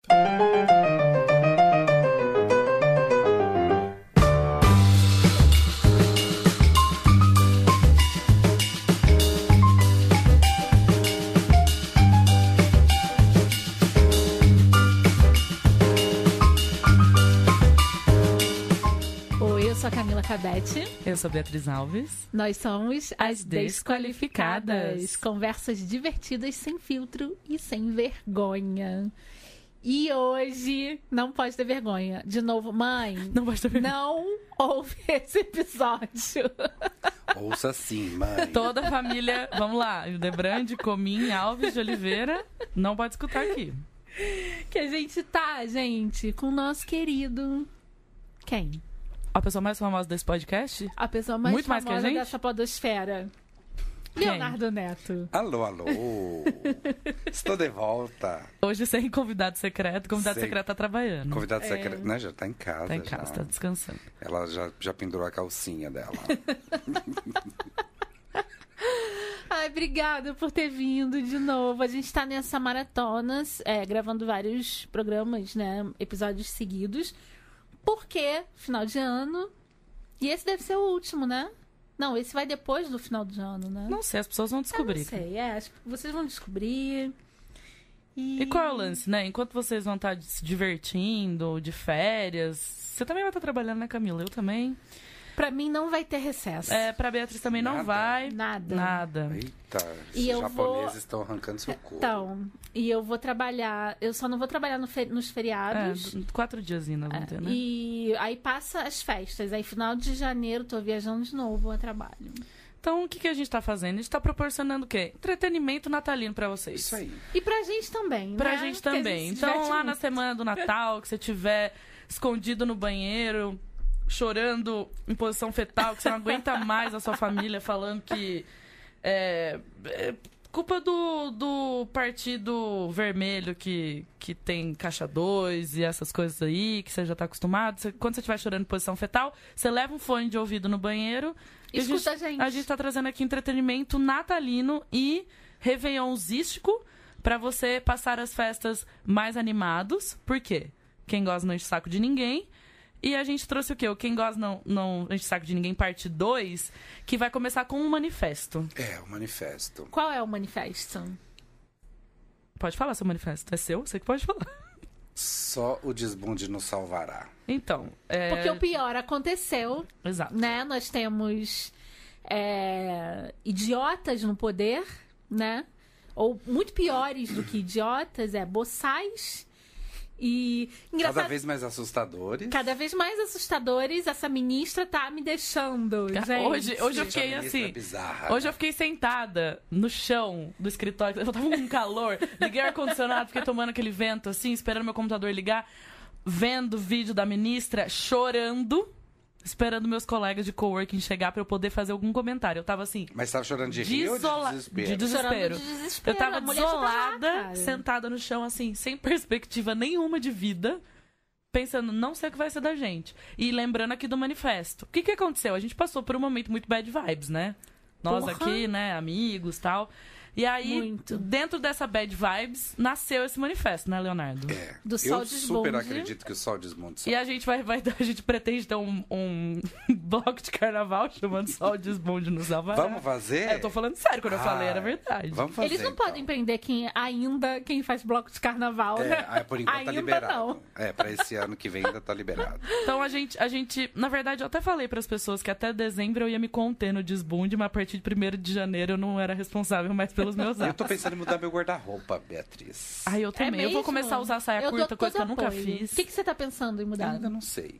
Eu sou Beatriz Alves. Nós somos as Desqualificadas. Conversas divertidas, sem filtro e sem vergonha. E hoje não pode ter vergonha. De novo, mãe, não pode ter vergonha. Não ouve esse episódio. Ouça sim, mãe. Toda a família, vamos lá, Hildebrande, Comim, Alves de Oliveira, não pode escutar aqui. Que a gente tá, gente, com o nosso querido... Quem? A pessoa mais famosa desse podcast? A pessoa mais Muito famosa mais que a gente? dessa podosfera. Quem? Leonardo Neto. Alô, alô. Estou de volta. Hoje sem convidado secreto. Convidado secreto tá trabalhando. Convidado secreto, né? Já tá em casa. Tá em casa, já. tá descansando. Ela já pendurou a calcinha dela. Ai, obrigada por ter vindo de novo. A gente tá nessa maratona, gravando vários programas, né? Episódios seguidos. Porque final de ano. E esse deve ser o último, né? Não, esse vai depois do final do ano, né? Não sei, as pessoas vão descobrir. Eu não sei, acho que vocês vão descobrir. E qual é o lance, né? Enquanto vocês vão estar se divertindo, de férias, você também vai estar trabalhando, né, Camila? Eu também. Pra mim não vai ter recesso. Pra Beatriz também Nada. não vai. Nada. Eita, E os japoneses estão arrancando seu corpo. Então, e eu vou trabalhar... Eu só não vou trabalhar nos feriados. 4 dias ainda vão ter, né? E aí passa as festas. Aí final de janeiro tô viajando de novo a trabalho. Então, o que a gente tá fazendo? A gente tá proporcionando o quê? Entretenimento natalino pra vocês. Isso aí. E pra gente também, Pra né? gente Porque a também. gente se Então, diverte lá muito. na semana do Natal, que você tiver escondido no banheiro, chorando em posição fetal, que você não aguenta mais a sua família falando que é culpa do Partido Vermelho que tem caixa 2 e essas coisas aí, que você já tá acostumado. Quando você estiver chorando em posição fetal, você leva um fone de ouvido no banheiro. Escuta a gente. A gente tá trazendo aqui entretenimento natalino e réveillonzístico pra você passar as festas mais animados. Por quê? Quem gosta não enche o saco de ninguém. E a gente trouxe o quê? O Quem Gosta Não Enche o Saco de Ninguém, parte 2, que vai começar com um manifesto. O manifesto. Qual é o manifesto? Pode falar seu manifesto. É seu? Você que pode falar. Só o desbunde nos salvará. Então, Porque o pior aconteceu, Exato. né? Nós temos idiotas no poder, né? Ou muito piores do que idiotas, boçais. E engraçado, Cada vez mais assustadores. cada vez mais assustadores. Essa ministra tá me deixando, gente. Hoje eu Gente, fiquei a ministra assim. é bizarra, Hoje né? eu fiquei sentada no chão do escritório. Eu tava com um calor. Liguei o ar-condicionado, fiquei tomando aquele vento assim, esperando meu computador ligar, vendo o vídeo da ministra, chorando, esperando meus colegas de coworking chegar pra eu poder fazer algum comentário. Eu tava assim, Mas tava chorando de rir ou de desespero? de desespero. Chorando de desespero. Eu tava A mulher já tá lá, desolada, cara. sentada no chão, assim, sem perspectiva nenhuma de vida, pensando, não sei o que vai ser da gente. E lembrando aqui do manifesto. O que aconteceu? A gente passou por um momento muito bad vibes, né? Nós Porra. aqui, né, amigos e tal. E aí, Muito. dentro dessa bad vibes, nasceu esse manifesto, né, Leonardo? Do sol Eu desbunde. super acredito que o sol desmonte. E a gente a gente pretende ter um bloco de carnaval chamando Sol Desbonde nos Alvará. Vamos fazer? Eu tô falando sério, quando eu falei era verdade. Vamos fazer, Eles não então. podem prender quem faz bloco de carnaval, né? Por enquanto Ainda tá liberado. não. Pra esse ano que vem ainda tá liberado. Então a gente, na verdade, eu até falei pras pessoas que até dezembro eu ia me conter no desbunde, mas a partir de 1º de janeiro eu não era responsável mais pelos meus Eu atos. tô pensando em mudar meu guarda-roupa, Beatriz. Ai, eu também. Eu vou mesmo? começar a usar saia Eu curta, dou coisa que eu todo nunca apoio. fiz. O que você tá pensando em mudar? Ainda não sei.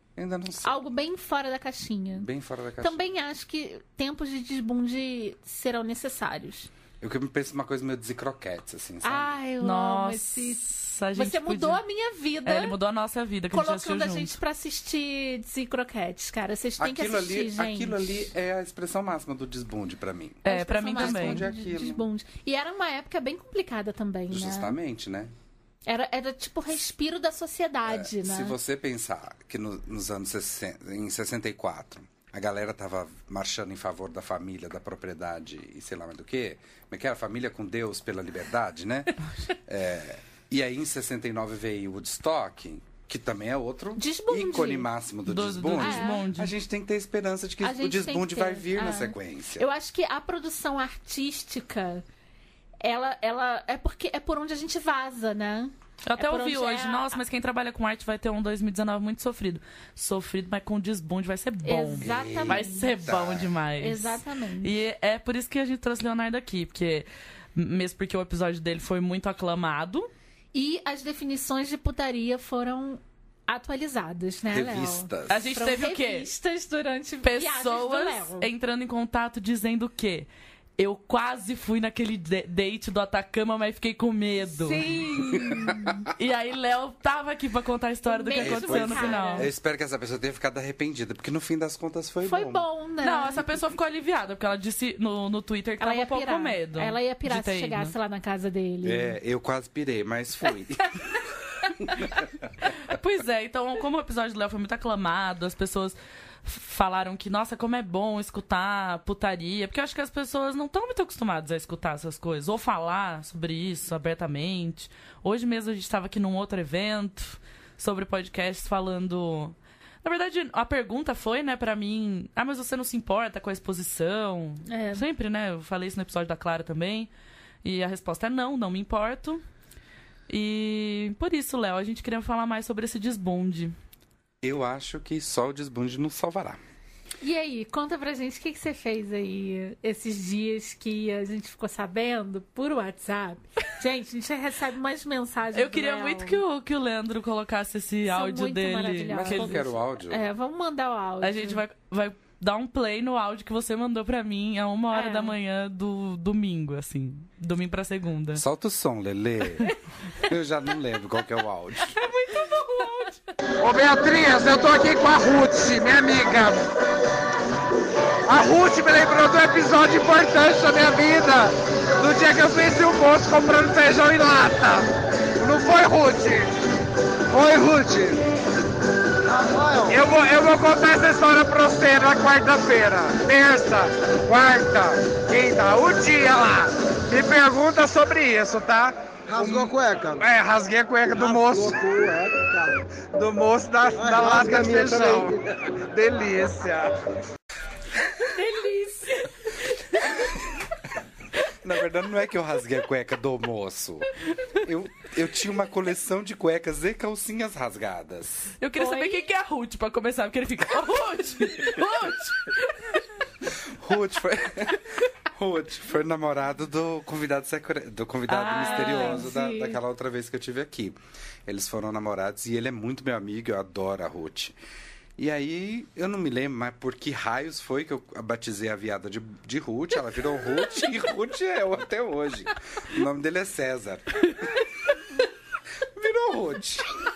Algo bem fora da caixinha. Bem fora da caixa. Também acho que tempos de desbunde serão necessários. Eu que penso uma coisa meio desicroquetes, assim, sabe? Ai, eu amo Nossa, esse... a gente Você mudou podia... a minha vida. Ele mudou a nossa vida, que a gente Colocando a assistiu gente junto. pra assistir Desi Croquetes, cara. Vocês têm que assistir, gente. Aquilo ali é a expressão máxima do desbunde pra mim. É, pra mim Expressão também. máxima Onde é de aquilo? desbunde. E era uma época bem complicada também, né? Justamente, né? Era tipo o respiro da sociedade, né? Se você pensar que nos anos em 64, a galera tava marchando em favor da família, da propriedade e sei lá mais do que, como é que era? Família com Deus pela liberdade, né? E aí, em 69, veio o Woodstock, que também é outro Desbunde. ícone máximo do desbunde. desbunde. A gente tem que ter esperança de que o desbunde vai vir na sequência. Eu acho que a produção artística, ela é porque é por onde a gente vaza, né? Eu até por ouvi onde hoje, nossa, mas quem trabalha com arte vai ter um 2019 muito sofrido. Sofrido, mas com desbunde vai ser bom. Exatamente. Vai ser bom demais. Exatamente. E é por isso que a gente trouxe Leonardo aqui, mesmo porque o episódio dele foi muito aclamado. E as definições de putaria foram atualizadas, né, Léo? Revistas. A gente teve o quê? Revistas durante Pessoas viagens do Léo. entrando em contato dizendo o quê? Eu quase fui naquele date do Atacama, mas fiquei com medo. Sim! E aí, Léo tava aqui pra contar a história do que Mesmo, aconteceu no cara. final. Eu espero que essa pessoa tenha ficado arrependida, porque no fim das contas foi Foi bom. bom, né? Não, essa pessoa ficou aliviada, porque ela disse no Twitter que ela tava ia um pouco pirar. com medo. Ela ia pirar de ter se chegasse ido. lá na casa dele. É, eu quase pirei, mas fui. Pois é, então, como o episódio do Léo foi muito aclamado, as pessoas falaram que, nossa, como é bom escutar putaria, porque eu acho que as pessoas não estão muito acostumadas a escutar essas coisas, ou falar sobre isso abertamente. Hoje mesmo a gente estava aqui num outro evento sobre podcasts falando... Na verdade, a pergunta foi, né, pra mim, mas você não se importa com a exposição? É. Sempre, né, eu falei isso no episódio da Clara também, e a resposta é não me importo. E por isso, Léo, a gente queria falar mais sobre esse desbunde. Eu acho que só o desbunde nos salvará. E aí, conta pra gente o que você fez aí esses dias que a gente ficou sabendo por WhatsApp. Gente, a gente recebe umas mensagens. Eu do queria Léo. muito que o Leandro colocasse esse São áudio muito dele. maravilhosos. Mas qual que era o áudio? É, vamos mandar o áudio. A gente vai dar um play no áudio que você mandou pra mim a 1h É. da manhã do domingo, assim. Domingo pra segunda. Solta o som, Lelê. Eu já não lembro qual que é o áudio. Ô Beatriz, eu tô aqui com a Ruth, minha amiga. A Ruth me lembrou de um episódio importante da minha vida. Do dia que eu conheci o moço comprando feijão em lata. Não foi, Ruth? Foi, Ruth. Eu vou contar essa história pra você na quarta-feira. Terça, quarta, quinta, o dia lá. Me pergunta sobre isso, tá? Rasgou a cueca. É, rasguei a cueca do moço. Rasgou a cueca, cara. Do moço da rasga lata a de minha feijão. também. Delícia. Delícia. Na verdade, não é que eu rasguei a cueca do moço. Eu tinha uma coleção de cuecas e calcinhas rasgadas. Eu queria Oi? saber quem que é a Ruth, pra começar, porque ele fica... Ô, Ruth! Ruth! Ruth foi namorado do convidado misterioso sim. daquela outra vez que eu tive aqui. Eles foram namorados e ele é muito meu amigo, eu adoro a Ruth. E aí, eu não me lembro mais por que raios foi que eu batizei a viada de Ruth. Ela virou Ruth e Ruth é eu até hoje. O nome dele é César. Virou Ruth.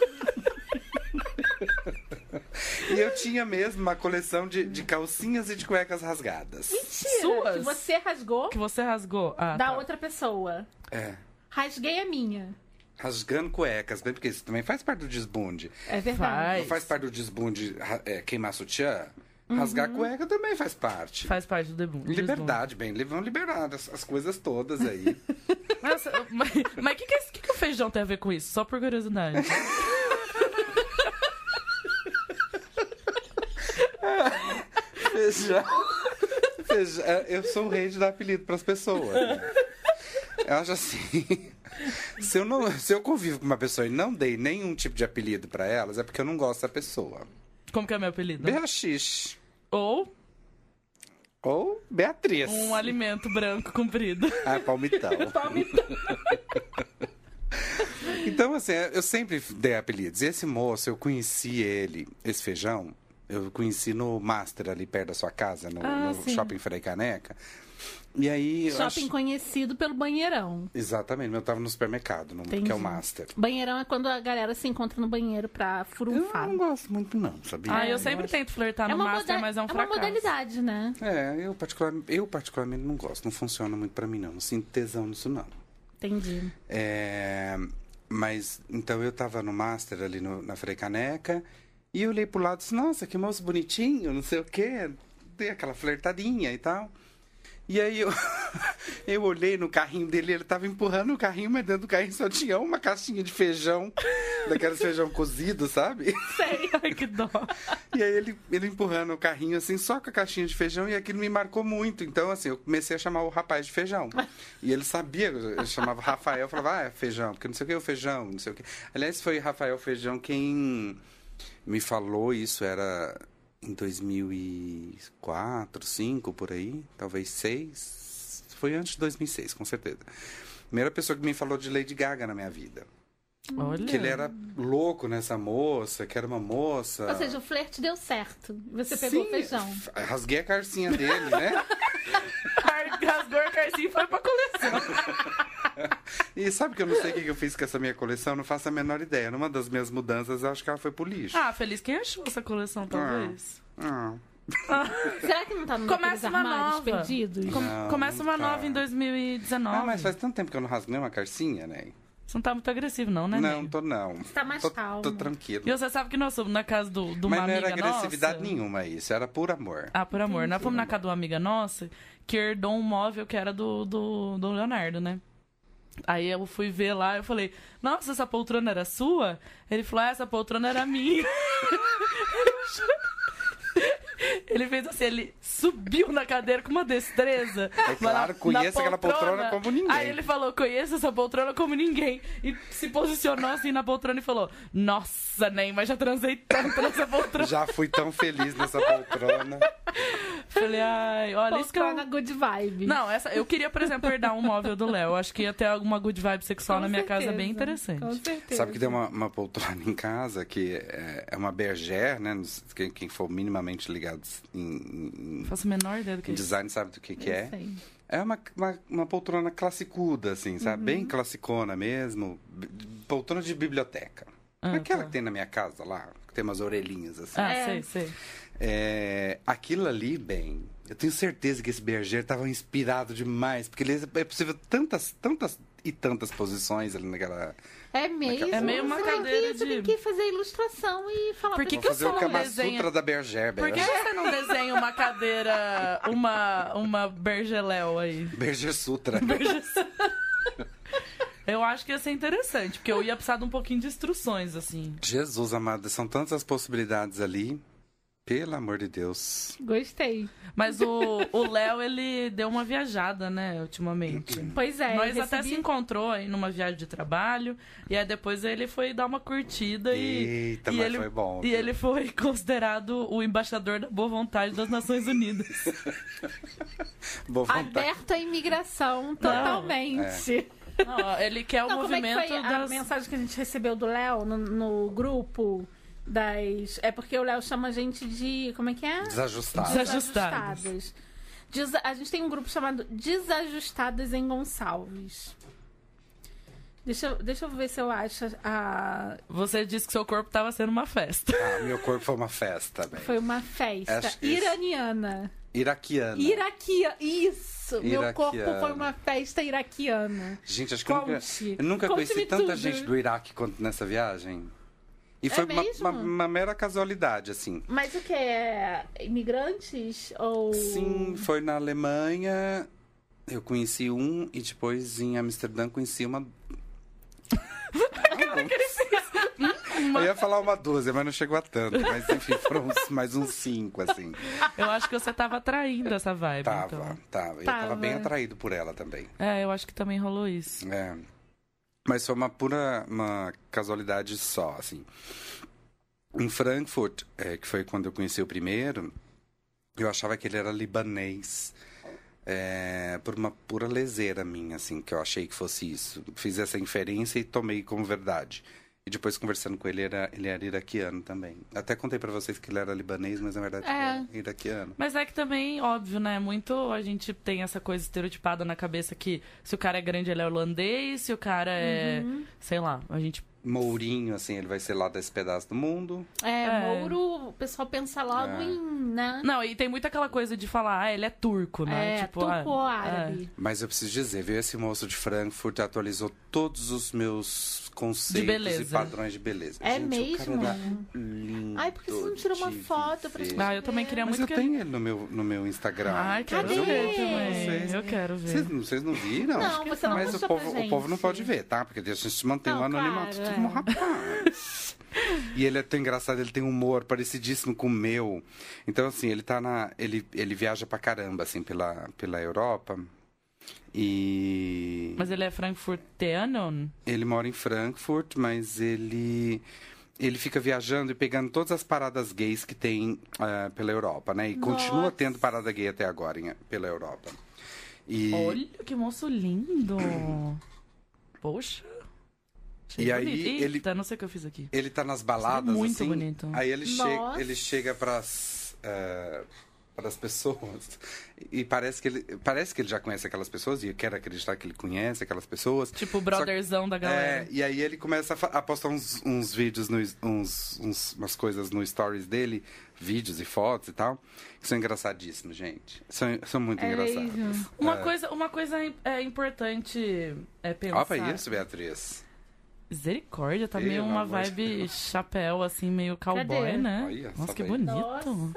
E eu tinha mesmo uma coleção de calcinhas e de cuecas rasgadas. Mentira. Suas? Que você rasgou Que você rasgou. Ah, da tá. outra pessoa. É. Rasguei a minha. Rasgando cuecas, bem, porque isso também faz parte do desbunde. É verdade. Não faz parte do desbunde queimar sutiã? Rasgar cueca também faz parte. Faz parte do desbunde. Liberdade, bem, vão liberar as coisas todas aí. Nossa, mas o que o feijão tem a ver com isso? Só por curiosidade. Feijão. Eu sou o rei de dar apelido pras pessoas. Eu acho assim... Se eu convivo com uma pessoa e não dei nenhum tipo de apelido pra elas, é porque eu não gosto da pessoa. Como que é meu apelido? BX. Ou Ou Beatriz. um alimento branco comprido. Ah, palmitão. Então, assim, eu sempre dei apelidos. E esse moço, eu conheci ele, esse feijão, eu conheci no Master, ali perto da sua casa, no sim. Shopping Frei Caneca. E aí... eu Shopping conhecido pelo banheirão. Exatamente, eu tava no supermercado, que é o Master. Banheirão é quando a galera se encontra no banheiro pra Eu furunfar. não gosto muito não, sabia? Ah, eu sempre tento flertar no Master, mas é um fracasso. uma modalidade, né? Eu particularmente não gosto, não funciona muito pra mim não sinto tesão nisso não. Entendi. Mas, então eu tava no Master ali na Frei Caneca e eu olhei pro lado e disse, nossa, que moço bonitinho, não sei o quê. Dei aquela flertadinha e tal. E aí eu olhei no carrinho dele, ele tava empurrando o carrinho, mas dentro do carrinho só tinha uma caixinha de feijão, daqueles feijão cozido, sabe? Sei, ai, que dó. E aí ele empurrando o carrinho, assim, só com a caixinha de feijão, e aquilo me marcou muito. Então, assim, eu comecei a chamar o rapaz de feijão. E ele sabia, eu chamava Rafael, eu falava, é feijão, porque não sei o que é o feijão, não sei o que. Aliás, foi Rafael Feijão quem me falou isso, era em 2004, 2005, por aí, talvez 2006. Foi antes de 2006, com certeza. Primeira pessoa que me falou de Lady Gaga na minha vida. Olha. Que ele era louco nessa moça, que era uma moça. Ou seja, o flerte deu certo. Você pegou o feijão. Rasguei a carcinha dele, né? Rasgou a carcinha e foi pra coleção. E sabe que eu não sei o que eu fiz com essa minha coleção? Não faço a menor ideia. Numa das minhas mudanças, eu acho que ela foi pro lixo. Ah, feliz quem achou essa coleção, talvez. Será que não tá no Começa uma armários nova. perdidos? Não, Começa uma não tá. nova em 2019. Ah, mas faz tanto tempo que eu não rasgo nenhuma carcinha, né? Você não tá muito agressivo, não, né? Não, Ney? tô não. Você tá mais tô, calmo. Tô tranquilo. E você sabe que nós fomos na casa de uma Mas não amiga era agressividade nossa. nenhuma isso, era por amor. Ah, por amor. Nós fomos na casa de uma amiga nossa que herdou um móvel que era do Leonardo, né? Aí eu fui ver lá, eu falei, nossa, essa poltrona era sua? Ele falou, essa poltrona era minha. Ele fez assim, ele subiu na cadeira com uma destreza. É claro, conheço aquela poltrona como ninguém. Aí ele falou, conheço essa poltrona como ninguém. E se posicionou assim na poltrona e falou, nossa, Ney, mas já transei tanto nessa poltrona. Já fui tão feliz nessa poltrona. Falei, ai, olha, isso que eu... na good vibe. Não, eu queria, por exemplo, herdar um móvel do Léo. Acho que ia ter alguma good vibe sexual Com na minha certeza, casa bem interessante. Com certeza. Sabe que tem uma poltrona em casa que é uma bergère, né? Quem for minimamente ligado em Faço a menor ideia do que é isso. design sabe do que Eu é. sei. É uma poltrona classicuda, assim, sabe? Uhum. Bem classicona mesmo. Poltrona de biblioteca. Ah, Aquela tá. que tem na minha casa lá, que tem umas orelhinhas assim. Ah, É. sei. Aquilo ali, bem, eu tenho certeza que esse berger estava inspirado demais, porque ele é possível tantas e tantas posições ali naquela... É mesmo. É meio uma Você tem cadeira que- Você de- tem que fazer a ilustração e falar Por que pra que Vou você fazer o não Kama desenha- Sutra da berger, Por que bem. você não desenha uma cadeira, uma bergeléu aí? Berger Sutra. Eu acho que ia ser interessante, porque eu ia precisar de um pouquinho de instruções, assim. Jesus amado, são tantas as possibilidades ali. Pelo amor de Deus. Gostei. Mas o Léo, ele deu uma viajada, né, ultimamente. Pois é. Nós eu até recebi- se encontrou aí numa viagem de trabalho, e aí depois ele foi dar uma curtida Eita, e mas ele, foi bom. E viu? ele foi considerado o embaixador da boa vontade das Nações Unidas. Boa vontade. Aberto à imigração totalmente. Não, ele quer o Não, como é que movimento foi a das... mensagem que a gente recebeu do Léo no grupo das... É porque o Léo chama a gente de... Como é que é? Desajustado. Desajustadas. A gente tem um grupo chamado Desajustadas em Gonçalves. Deixa eu ver se eu acho a... Você disse que seu corpo estava sendo uma festa. Ah, meu corpo foi uma festa, bem. Foi uma festa Acho que iraniana. Iraquiana. Isso! Meu corpo Iraquiana. foi uma festa iraquiana. Gente, acho que Conte. eu nunca conheci Conte-me tanta tudo. gente do Iraque quanto nessa viagem. E É foi mesmo? uma mera casualidade, assim. Mas o que é? Imigrantes? Ou... Sim, foi na Alemanha. Eu conheci um e depois em Amsterdã conheci uma. Eu ia falar uma dúzia, mas não chegou a tanto. Mas enfim, foram mais uns 5, assim. Eu acho que você estava atraindo essa vibe, então. Tava. Eu Tava. tava bem atraído por ela também. É, eu acho que também rolou isso. É. Mas foi uma casualidade só, assim. Em Frankfurt, que foi quando eu conheci o primeiro, eu achava que ele era libanês. Por uma pura leseira minha, assim, que eu achei que fosse isso. Fiz essa inferência e tomei como verdade. E depois, conversando com ele, ele era iraquiano também. Até contei pra vocês que ele era libanês, mas na verdade ele era iraquiano. Mas é que também, óbvio, né? Muito a gente tem essa coisa estereotipada na cabeça que se o cara é grande, ele é holandês, se o cara é, sei lá, a gente... Mourinho, assim, ele vai ser lá desse pedaço do mundo. Mouro, o pessoal pensa logo em, né? Não, e tem muito aquela coisa de falar, ele é turco, né? Turco ou árabe. Mas eu preciso dizer, viu? Esse moço de Frankfurt atualizou todos os meus conceitos De beleza. e padrões de beleza. É Gente, mesmo? o cara era lindo. lindo. Ai, por que você não tirou uma de foto pra viver. gente? Ah, eu também queria Mas muito eu tenho ele no meu Instagram. Ai, quero Cadê? ver também. Vocês- Eu quero ver. Vocês não viram? Não, você não Mas mostrou pra o povo não gente. pode ver, tá? Porque a gente mantém Não, um anonimato claro, como rapaz. E ele é tão engraçado, ele tem um humor parecidíssimo com o meu. Então, assim, ele viaja pra caramba, assim, pela Europa. E Mas ele é frankfurtiano? ele mora em Frankfurt, mas ele fica viajando e pegando todas as paradas gays que tem pela Europa, né? E continua Nossa. tendo parada gay até agora pela Europa. E Olha, que moço lindo. Poxa. Achei E aí, bonito. ele- Eita, não sei o que eu fiz aqui. ele tá nas baladas, muito assim. bonito. Aí Nossa. ele chega pras pessoas e parece que ele já conhece aquelas pessoas, e eu quero acreditar que ele conhece aquelas pessoas. Tipo o brotherzão da galera. E aí ele começa a postar uns vídeos, umas coisas no stories dele, vídeos e fotos e tal, que são engraçadíssimos, gente. São muito engraçados. mesmo. Uma coisa importante pensar. Ó pra isso, Beatriz. Misericórdia, tá Pelo meio uma amor de vibe Deus. chapéu, assim, meio cowboy, Cadê? né? Olha, Nossa, só que bem. bonito. Nossa.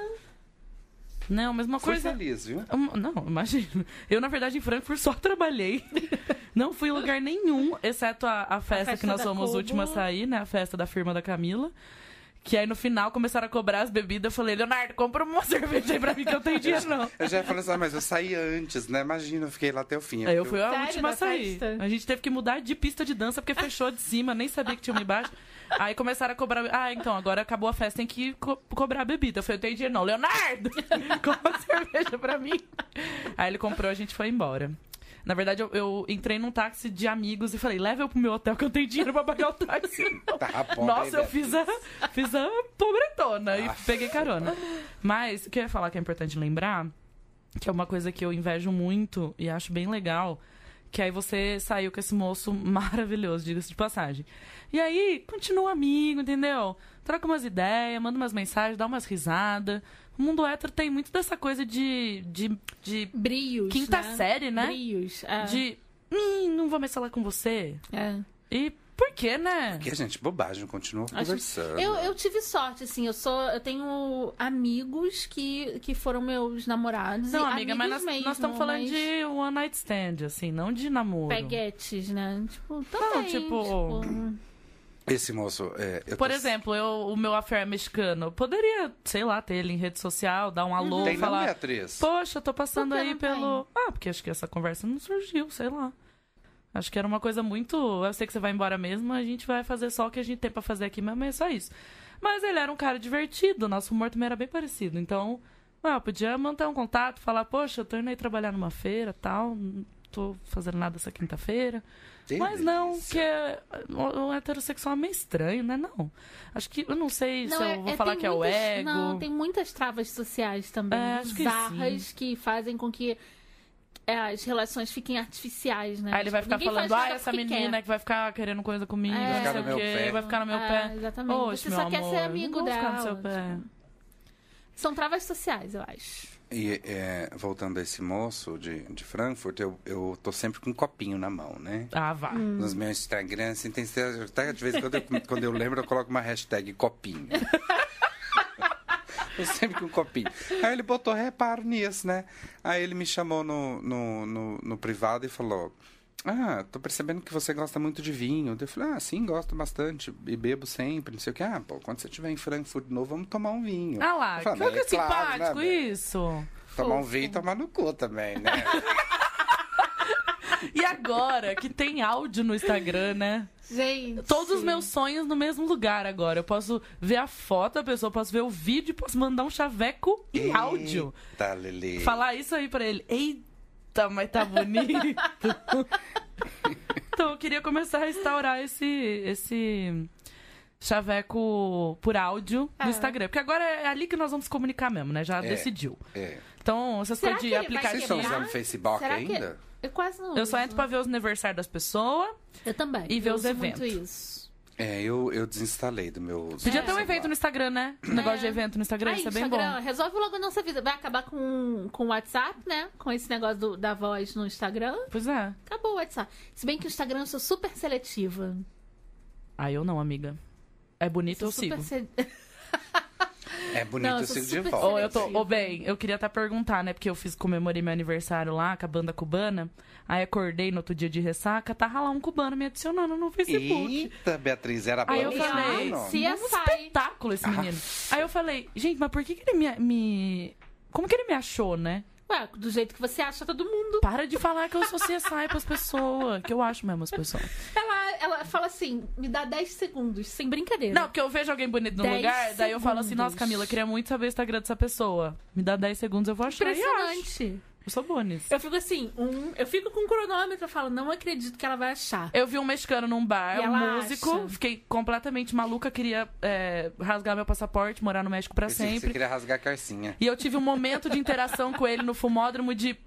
Não, mas uma Foi coisa... feliz, viu? Não, imagina. Eu, na verdade, em Frankfurt só trabalhei. Não fui em lugar nenhum, exceto a festa que festa nós da fomos Cubo. últimas a sair, né? A festa da firma da Camila. Que aí, no final, começaram a cobrar as bebidas. Eu falei, Leonardo, compra uma cerveja aí pra mim que eu tenho dinheiro, não. Eu já falei assim, mas eu saí antes, né? Imagina, eu fiquei lá até o fim. Aí eu fui a Sério, última a da sair. festa? A gente teve que mudar de pista de dança porque fechou de cima, nem sabia que tinha uma embaixo. Aí começaram a cobrar. Ah, então, agora acabou a festa, tem que cobrar a bebida. Eu falei, eu tenho dinheiro, não. Leonardo, compra uma cerveja pra mim. Aí ele comprou, a gente foi embora. Na verdade, eu entrei num táxi de amigos e falei, leva eu pro meu hotel que eu tenho dinheiro pra pagar o táxi. Tá bom, Nossa, hein, eu fiz a pobretona e peguei carona. Mas, o que eu ia falar que é importante lembrar, que é uma coisa que eu invejo muito e acho bem legal, que aí você saiu com esse moço maravilhoso, diga-se de passagem. E aí, continua amigo, entendeu? Troca umas ideias, manda umas mensagens, dá umas risadas. O mundo hétero tem muito dessa coisa de Brios, quinta né? série, né? Brios. É. De, não vou mais falar com você. É. E por quê, né? Porque, gente, bobagem, continua Acho- conversando. Eu tive sorte, assim, eu tenho amigos que foram meus namorados. Não, e amiga, mas amigos nós mesmo, estamos falando mas de one night stand, assim, não de namoro. peguetes, né? Tipo, também. tipo, Esse moço... Por exemplo, o meu affair mexicano, eu poderia, sei lá, ter ele em rede social, dar um alô, Tem não, falar... Beatriz? Poxa, eu tô passando Por que aí não pelo... Ah, porque acho que essa conversa não surgiu, sei lá. Acho que era uma coisa muito... Eu sei que você vai embora mesmo, a gente vai fazer só o que a gente tem pra fazer aqui mesmo, é só isso. Mas ele era um cara divertido, nosso humor também era bem parecido. Então, eu podia manter um contato, falar, poxa, eu tô indo aí trabalhar numa feira, tal, não tô fazendo nada essa quinta-feira. Que Mas não, delícia. porque o heterossexual é meio estranho, né? Não. Acho que... Eu não sei se eu vou falar tem que é o muitas- ego. Não, tem muitas travas sociais também. Acho que bizarras que fazem com que as relações fiquem artificiais, né? Aí ele vai Tipo, ficar ninguém falando, faz nada essa porque menina quer. que vai ficar querendo coisa comigo, É. não Ficar sei no o meu quê, pé. vai ficar no meu pé. Exatamente. Oxe, Você meu só quer amor, ser amigo não vou ficar dela. no seu pé. São travas sociais, eu acho. E voltando a esse moço de Frankfurt, eu tô sempre com um copinho na mão, né? Ah, vá. Nos meus Instagram, assim, tem até de vez em quando eu lembro, eu coloco uma hashtag copinho. Eu sempre com um copinho. Aí ele botou reparo nisso, né? Aí ele me chamou no privado e falou: Ah, tô percebendo que você gosta muito de vinho. Eu falei, sim, gosto bastante. E bebo sempre, não sei o que. Pô, quando você estiver em Frankfurt de novo, vamos tomar um vinho. Ah lá, Eu falei, que "Mas é claro, simpático né, isso. Tomar um vinho e tomar no cu também, né? E agora que tem áudio no Instagram, né? Gente. Todos os meus sonhos no mesmo lugar agora. Eu posso ver a foto da pessoa, posso ver o vídeo, posso mandar um chaveco em áudio. Tá, Lelê. Falar isso aí pra ele. Eita, mas tá bonito. Então eu queria começar a instaurar esse chaveco por áudio no Instagram. Porque agora é ali que nós vamos comunicar mesmo, né? Já decidiu. É. Então, essas Será coisas de que ele vai aplicativo. Vocês estão quebrar? usando o Facebook Será que- ainda? Eu quase não. Eu só uso. entro pra ver os aniversários das pessoas. Eu também. e ver eu os uso muito eventos. isso. Eu desinstalei do meu... Podia ter um celular. evento no Instagram, né? Um negócio de evento no Instagram, Aí, isso é bem Instagram, bom. resolve logo a nossa vida. Vai acabar com o WhatsApp, né? Com esse negócio da voz no Instagram. Pois é. Acabou o WhatsApp. Se bem que o Instagram eu sou super seletiva. Ah, eu não, amiga. É bonito, eu Sou sigo. super É bonito Não, eu eu sou sigo de super volta. Ô, eu tô, seletiva. bem, eu queria até perguntar, né? Porque eu comemorei meu aniversário lá com a banda cubana. Aí acordei no outro dia de ressaca, tava lá um cubano me adicionando no Facebook. Eita, Beatriz, era Aí eu bom esse falei, menino? se- um espetáculo esse menino. Aí eu falei, gente, mas por que ele como que ele me achou, né? Ué, do jeito que você acha todo mundo. Para de falar que eu sou CSI pras pessoas, que eu acho mesmo as pessoas. Ela fala assim, me dá 10 segundos, sem brincadeira. Não, porque eu vejo alguém bonito no 10 lugar, daí eu falo assim, segundos. nossa, Camila, eu queria muito saber o Instagram dessa pessoa. Me dá 10 segundos, eu vou achar e acho. Impressionante. Eu sou boa nisso. Eu fico assim, eu fico com um cronômetro, eu falo, não acredito que ela vai achar. Eu vi um mexicano num bar, E um ela músico, acha. fiquei completamente maluca, queria rasgar meu passaporte, morar no México pra Pensei que Você sempre. queria rasgar a carcinha. E eu tive um momento de interação com ele no fumódromo de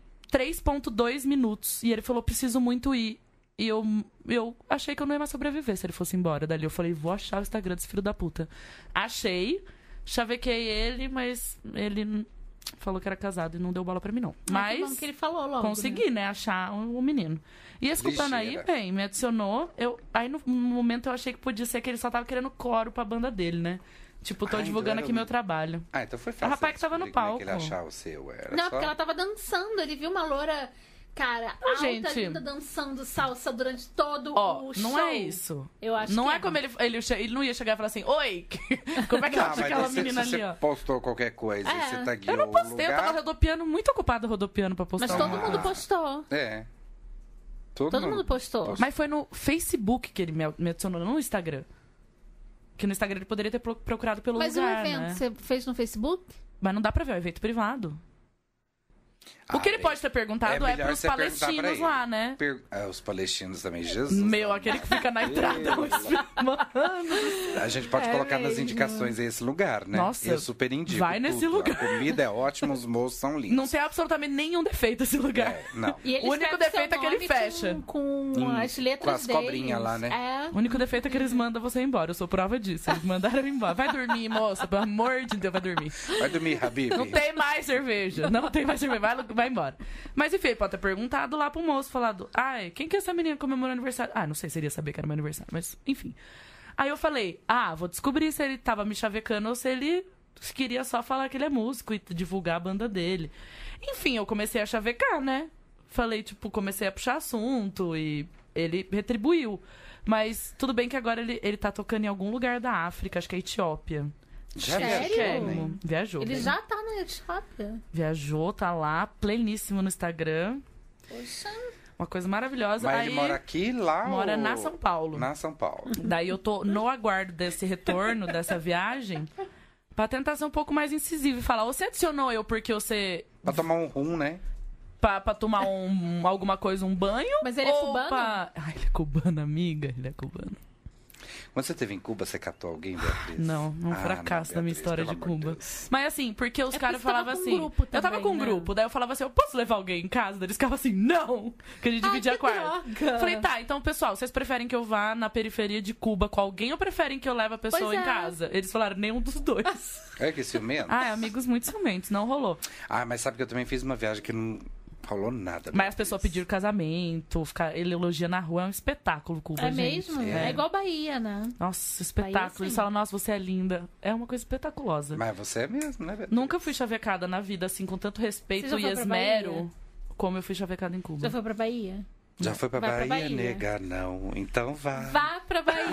3,2 minutos. E ele falou, preciso muito ir. E eu achei que eu não ia mais sobreviver se ele fosse embora. Dali eu falei, vou achar o Instagram desse filho da puta. Achei, chavequei ele, mas ele falou que era casado e não deu bola pra mim, não. Mas que bom Mas que ele falou logo, consegui, né, achar o menino. E esse cubano aí, Ligeira. bem, me adicionou. Aí no momento eu achei que podia ser que ele só tava querendo coro pra banda dele, né? Tipo, tô Ah, divulgando então aqui era meu trabalho. Ah, então foi fácil. O rapaz que tava no descobrir como é que palco. ele achar o seu. Era Não, só... porque ela tava dançando. Ele viu uma loura, cara, alta, gente. linda, dançando salsa durante todo Ó, o show. não é isso. Eu acho Não que é como ele não ia chegar e falar assim, oi, como é que eu Não, acho mas aquela se menina você ali, ó? postou qualquer coisa e você tagueou Eu não postei, o eu tava lugar... rodopiando, muito ocupada rodopiando pra postar. Mas todo um- mundo postou. É. Todo mundo postou. Mas foi no Facebook que ele me adicionou, não no Instagram. Que no Instagram ele poderia ter procurado pelo Mas lugar, o evento, né? você fez no Facebook? Mas não dá pra ver, é um evento privado. O que ele bem, pode ter perguntado é melhor pros você perguntar pra palestinos ele. lá, né? Os palestinos também, Jesus. Meu, aquele que fica na entrada. Mano. A gente pode colocar nas mesmo. indicações esse lugar, né? Nossa, Eu super indico. vai nesse lugar. A comida é ótima, os moços são lindos. Não tem absolutamente nenhum defeito esse lugar. Não. E ele O único escreve defeito seu é que ele nome fecha. Com as letras com as deles. cobrinhas lá, né? É. O único defeito é que eles mandam você embora. Eu sou prova disso. Eles mandaram eu embora. Vai dormir, moça. Pelo amor de Deus, vai dormir. Vai dormir, Habib. Não tem mais cerveja. Não tem mais cerveja. Vai embora. Mas enfim, ele pode ter perguntado lá pro moço, falado, ai, quem que é essa menina que comemorou aniversário? Ah, não sei se ele ia saber que era meu aniversário, mas enfim. Aí eu falei, vou descobrir se ele tava me chavecando ou se ele queria só falar que ele é músico e divulgar a banda dele. Enfim, eu comecei a chavecar, né? Falei, tipo, comecei a puxar assunto e ele retribuiu. Mas tudo bem que agora ele tá tocando em algum lugar da África, acho que é Etiópia. Já Sério? viajou, né? Chiquérrimo. Viajou. Ele bem. já tá na Etiópia. Viajou, tá lá, pleníssimo no Instagram. Poxa. Uma coisa maravilhosa. Mas Aí, ele mora aqui, lá mora ou... na São Paulo. Na São Paulo. Daí eu tô no aguardo desse retorno, dessa viagem, pra tentar ser um pouco mais incisivo e falar, você adicionou eu porque você... Pra tomar um rum, né? Pra tomar alguma coisa, um banho? Mas ele é ou cubano? Ai, ele é cubano, amiga. Ele é cubano. Quando você esteve em Cuba, você catou alguém, Beatriz? Não, um fracasso da minha Beatriz, história de pelo amor Cuba. Deus. Mas assim, porque os É porque caras você tava falavam com assim... grupo eu tava também, com um né? grupo, daí eu falava assim, eu posso levar alguém em casa? Daí eles ficavam assim, não! Que a gente dividia que quarto. droga. Falei, tá, então pessoal, vocês preferem que eu vá na periferia de Cuba com alguém ou preferem que eu leve a pessoa Pois em é. casa? Eles falaram, nenhum dos dois. É que ciumento? Amigos muito ciumentos, não rolou. Mas sabe que eu também fiz uma viagem que não rolou nada. Mas as pessoas pediram casamento, ele elogia na rua, é um espetáculo Cuba, É gente. mesmo? É. É igual Bahia, né? Nossa, espetáculo. sim. Eles falam, nossa, você é linda. É uma coisa espetaculosa. Mas você é mesmo, né, Beatriz? Nunca fui chavecada na vida, assim, com tanto respeito Você já e foi pra esmero Bahia? como eu fui chavecada em Cuba. Já foi pra Bahia? Já foi pra Vai pra Bahia, Bahia. nega? Não. Então vá. Vá pra Bahia.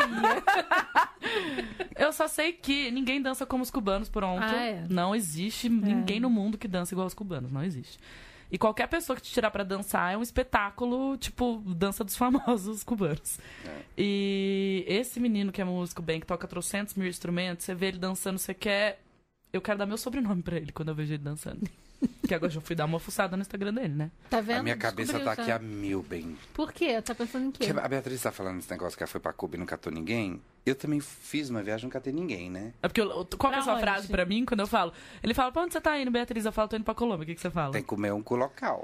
Eu só sei que ninguém dança como os cubanos, pronto. Não existe ninguém no mundo que dança igual os cubanos, não existe. E qualquer pessoa que te tirar pra dançar é um espetáculo, tipo, dança dos famosos cubanos. E esse menino que é músico bem, que toca 300.000 instrumentos, você vê ele dançando, você quer... Eu quero dar meu sobrenome pra ele quando eu vejo ele dançando. Que agora eu já fui dar uma fuçada no Instagram dele, né? Tá vendo? A minha cabeça Descobriu tá aqui já. a mil, bem. Por quê? Tá pensando em quê? A Beatriz tá falando esse negócio que ela foi pra Cuba e não catou ninguém. Eu também fiz uma viagem e não catei ninguém, né? É porque qual que é a Pra sua onde? frase pra mim quando eu falo? Ele fala, pra onde você tá indo, Beatriz? Eu falo, tô indo pra Colômbia. O que você fala? Tem que comer um cu local.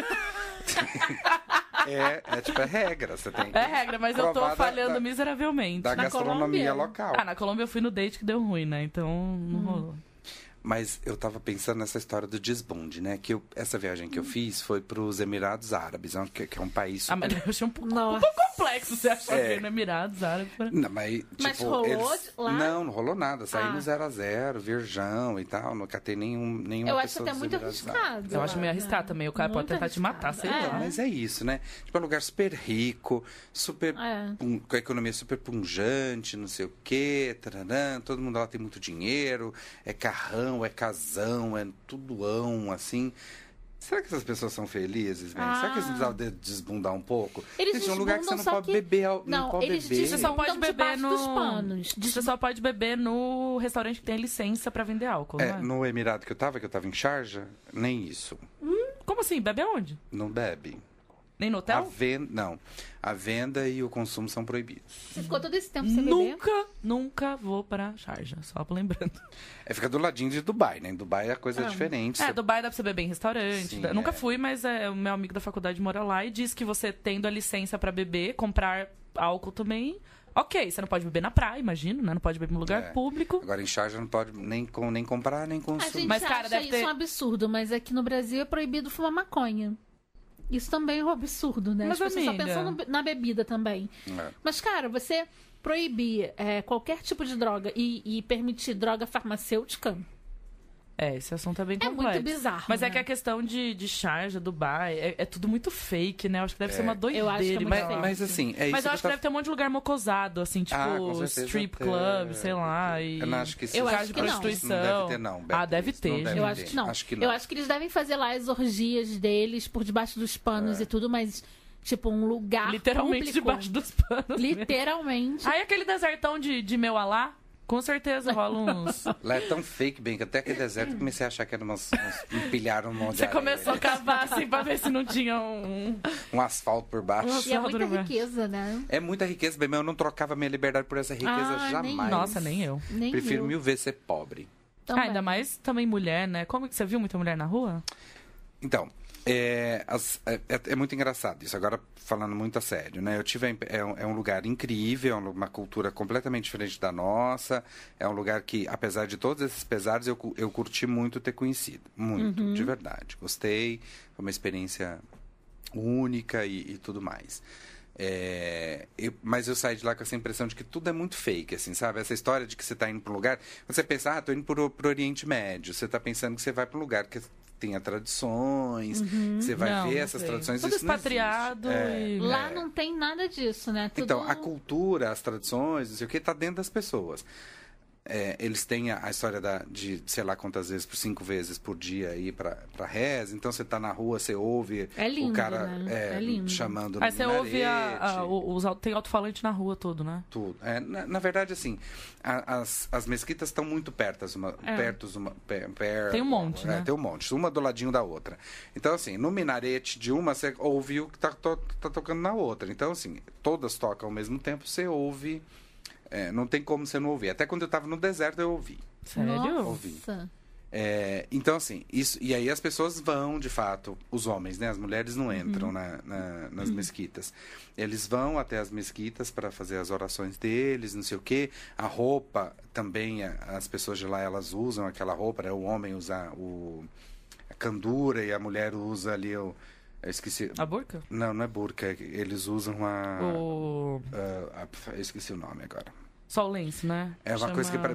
é regra. Você tem que É regra, mas eu tô provar falhando miseravelmente. da Na gastronomia Colômbia? local. Na Colômbia eu fui no date que deu ruim, né? Então não rolou. Mas eu tava pensando nessa história do desbunde, né? Essa viagem que eu fiz foi pros Emirados Árabes, que é um país super... mas eu achei um pouco Nossa. complexo você achar que no Emirados Árabes. Não, mas, Mas tipo, rolou eles... lá? Não rolou nada. Saí no 0x0, virgão e tal. Não catei nenhuma Eu acho pessoa até dos muito Emirados Árabes. arriscado. Eu acho meio né? arriscado também. O cara pode Muito tentar te matar, arriscado. sei lá. Mas é isso, né? Tipo, é um lugar super rico, super... com a economia super punjante, não sei o quê, taranã, todo mundo lá tem muito dinheiro, é carrão, é casão, é tudoão, assim. Será que essas pessoas são felizes, bem? Será que eles precisavam desbundar um pouco? Eles é um lugar que você não desbundam, pode só que- beber. Não, Não pode eles beber. Você só pode desbundam beber debaixo dos no... panos. Você só pode beber no restaurante que tem licença pra vender álcool, não é? No Emirado que eu tava em Sharjah, nem isso. Como assim? Bebe aonde? Não bebe. Nem no hotel? Não. A venda e o consumo são proibidos. Você ficou todo esse tempo sem beber? Nunca vou pra Sharjah, só lembrando. Fica do ladinho de Dubai, né? Em Dubai a coisa é diferente. Você- Dubai dá pra você beber em restaurante. Sim, Nunca é. fui, mas o meu amigo da faculdade mora lá e diz que você tendo a licença pra beber, comprar álcool também... Ok, você não pode beber na praia, imagino, né? Não pode beber em lugar É. público. Agora em Sharjah não pode nem comprar, nem A consumir. gente Mas, cara, acha deve isso ter- um absurdo, mas aqui no Brasil é proibido fumar maconha. Isso também é um absurdo, né? Mas, As pessoas só amiga- pensam na bebida também. É. Mas, cara, você proibir qualquer tipo de droga e permitir droga farmacêutica Esse assunto é bem é complexo. muito bizarro. Mas né? é que a questão de Sharjah, Dubai, é tudo muito fake, né? Eu acho que deve ser uma doideira. Eu acho que é muito mas, fake. Mas assim, é isso mas eu acho que eu deve ter um monte de lugar mocosado, assim, tipo com certeza strip tem. club, sei lá. E... Eu não acho que isso Eu casa acho de que não. prostituição. Não deve ter, não. Beto. Deve Isso ter, não gente. deve Eu ter. acho que não. Acho que não. Eu acho que eles devem fazer lá as orgias deles por debaixo dos panos e tudo, mas, tipo, um lugar Literalmente público. debaixo dos panos. Literalmente. Aí aquele desertão de meu alá, com certeza rola uns... Lá é tão fake, bem, que até aquele deserto eu comecei a achar que era empilharam um monte de Você areia. começou a cavar assim pra ver se não tinha um asfalto por baixo. E é muita Salvador, riqueza, né? É muita riqueza, bem, mas eu não trocava minha liberdade por essa riqueza Nem jamais. Nossa, nem eu. Nem Prefiro eu. 1000 vezes ser pobre. Também. Ainda mais também mulher, né? Como que você viu muita mulher na rua? Então, é muito engraçado isso. Agora, falando muito a sério, né? É um lugar incrível, é uma cultura completamente diferente da nossa. É um lugar que, apesar de todos esses pesares, eu curti muito ter conhecido. Muito, de verdade. Gostei, foi uma experiência única e tudo mais. Mas eu saí de lá com essa impressão de que tudo é muito fake, assim, sabe? Essa história de que você está indo para um lugar... Quando você pensa, tô indo pro Oriente Médio. Você está pensando que você vai para um lugar que tenha tradições, que você vai Não, ver não essas sei. tradições. Tudo isso não expatriado existe. e... Lá não tem nada disso, né? Tudo... Então, a cultura, as tradições, não sei o que, está dentro das pessoas. Eles têm a história de sei lá quantas vezes, por 5 vezes por dia ir pra reza. Então, você tá na rua, você ouve É lindo, o cara né? É lindo. chamando no Aí você ouve minarete. tem alto-falante na rua todo, né? Tudo. Na verdade, assim, as mesquitas estão muito perto Tem um monte, né? Tem um monte, uma do ladinho da outra. Então, assim, no minarete de uma, você ouve o que tá tocando na outra. Então, assim, todas tocam ao mesmo tempo, você ouve... não tem como você não ouvir. Até quando eu estava no deserto, eu ouvi. Sério? Nossa. Então, assim, isso... E aí as pessoas vão, de fato, os homens, né? As mulheres não entram nas mesquitas. Eles vão até as mesquitas para fazer as orações deles, não sei o quê. A roupa também, as pessoas de lá, elas usam aquela roupa, né? O homem usa a candura e a mulher usa ali eu esqueci... A burca? Não é burca. Eles usam eu esqueci o nome agora. Só o lenço, né? É uma Chama... coisa que para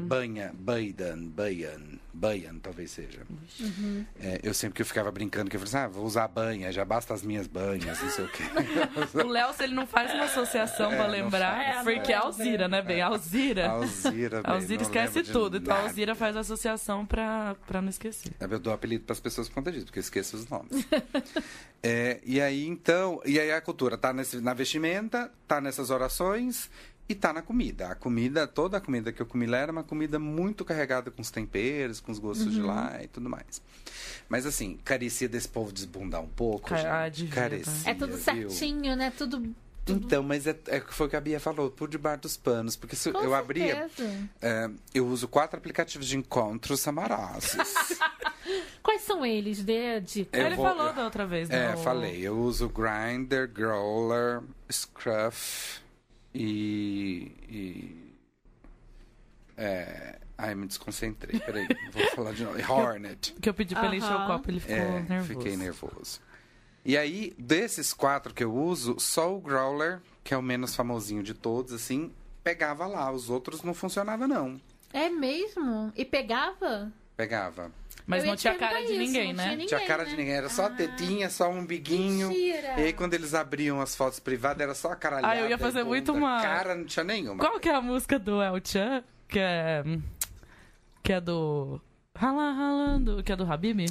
banha, talvez seja. Eu sempre que eu ficava brincando, que eu falei assim, vou usar banha, já basta as minhas banhas, não sei o quê. O Léo, se ele não faz uma associação pra lembrar, porque é a Alzira, né, bem? A Alzira. A Alzira esquece tudo, então a Alzira faz a associação pra não esquecer. Eu dou apelido para as pessoas por conta disso, porque eu esqueço os nomes. E aí a cultura tá na vestimenta, tá nessas orações... E tá na comida. Toda a comida que eu comi lá era uma comida muito carregada com os temperos, com os gostos de lá e tudo mais. Mas assim, carecia desse povo desbundar um pouco, gente. Carecia, É tudo certinho, né? Tudo... Então, mas foi o que a Bia falou, por debaixo dos panos. Porque se eu abria... eu uso 4 aplicativos de encontros amorosos. Quais são eles? Dê a dica. Ele falou da outra vez, né? Falei. Eu uso Grindr, Growler, Scruff... Ai, me desconcentrei. Peraí, vou falar de novo. Hornet. Que eu pedi pra ele encher o copo, ele ficou nervoso. Fiquei nervoso. E aí, desses 4 que eu uso, só o Growler, que é o menos famosinho de todos, assim, pegava lá. Os outros não funcionavam, não. É mesmo? E pegava? Pegava. Mas Eu ia não te tinha perguntar cara de isso, ninguém, não né? tinha ninguém, Tinha cara né? de ninguém, era só a tetinha, só um umbiguinho. Mentira. E aí, quando eles abriam as fotos privadas, era só a caralhada. Ah, eu ia fazer e muito bunda. uma- Cara, não tinha nenhuma. Qual que é a música do El Chan? Que é do... Ralando, que é do Habib?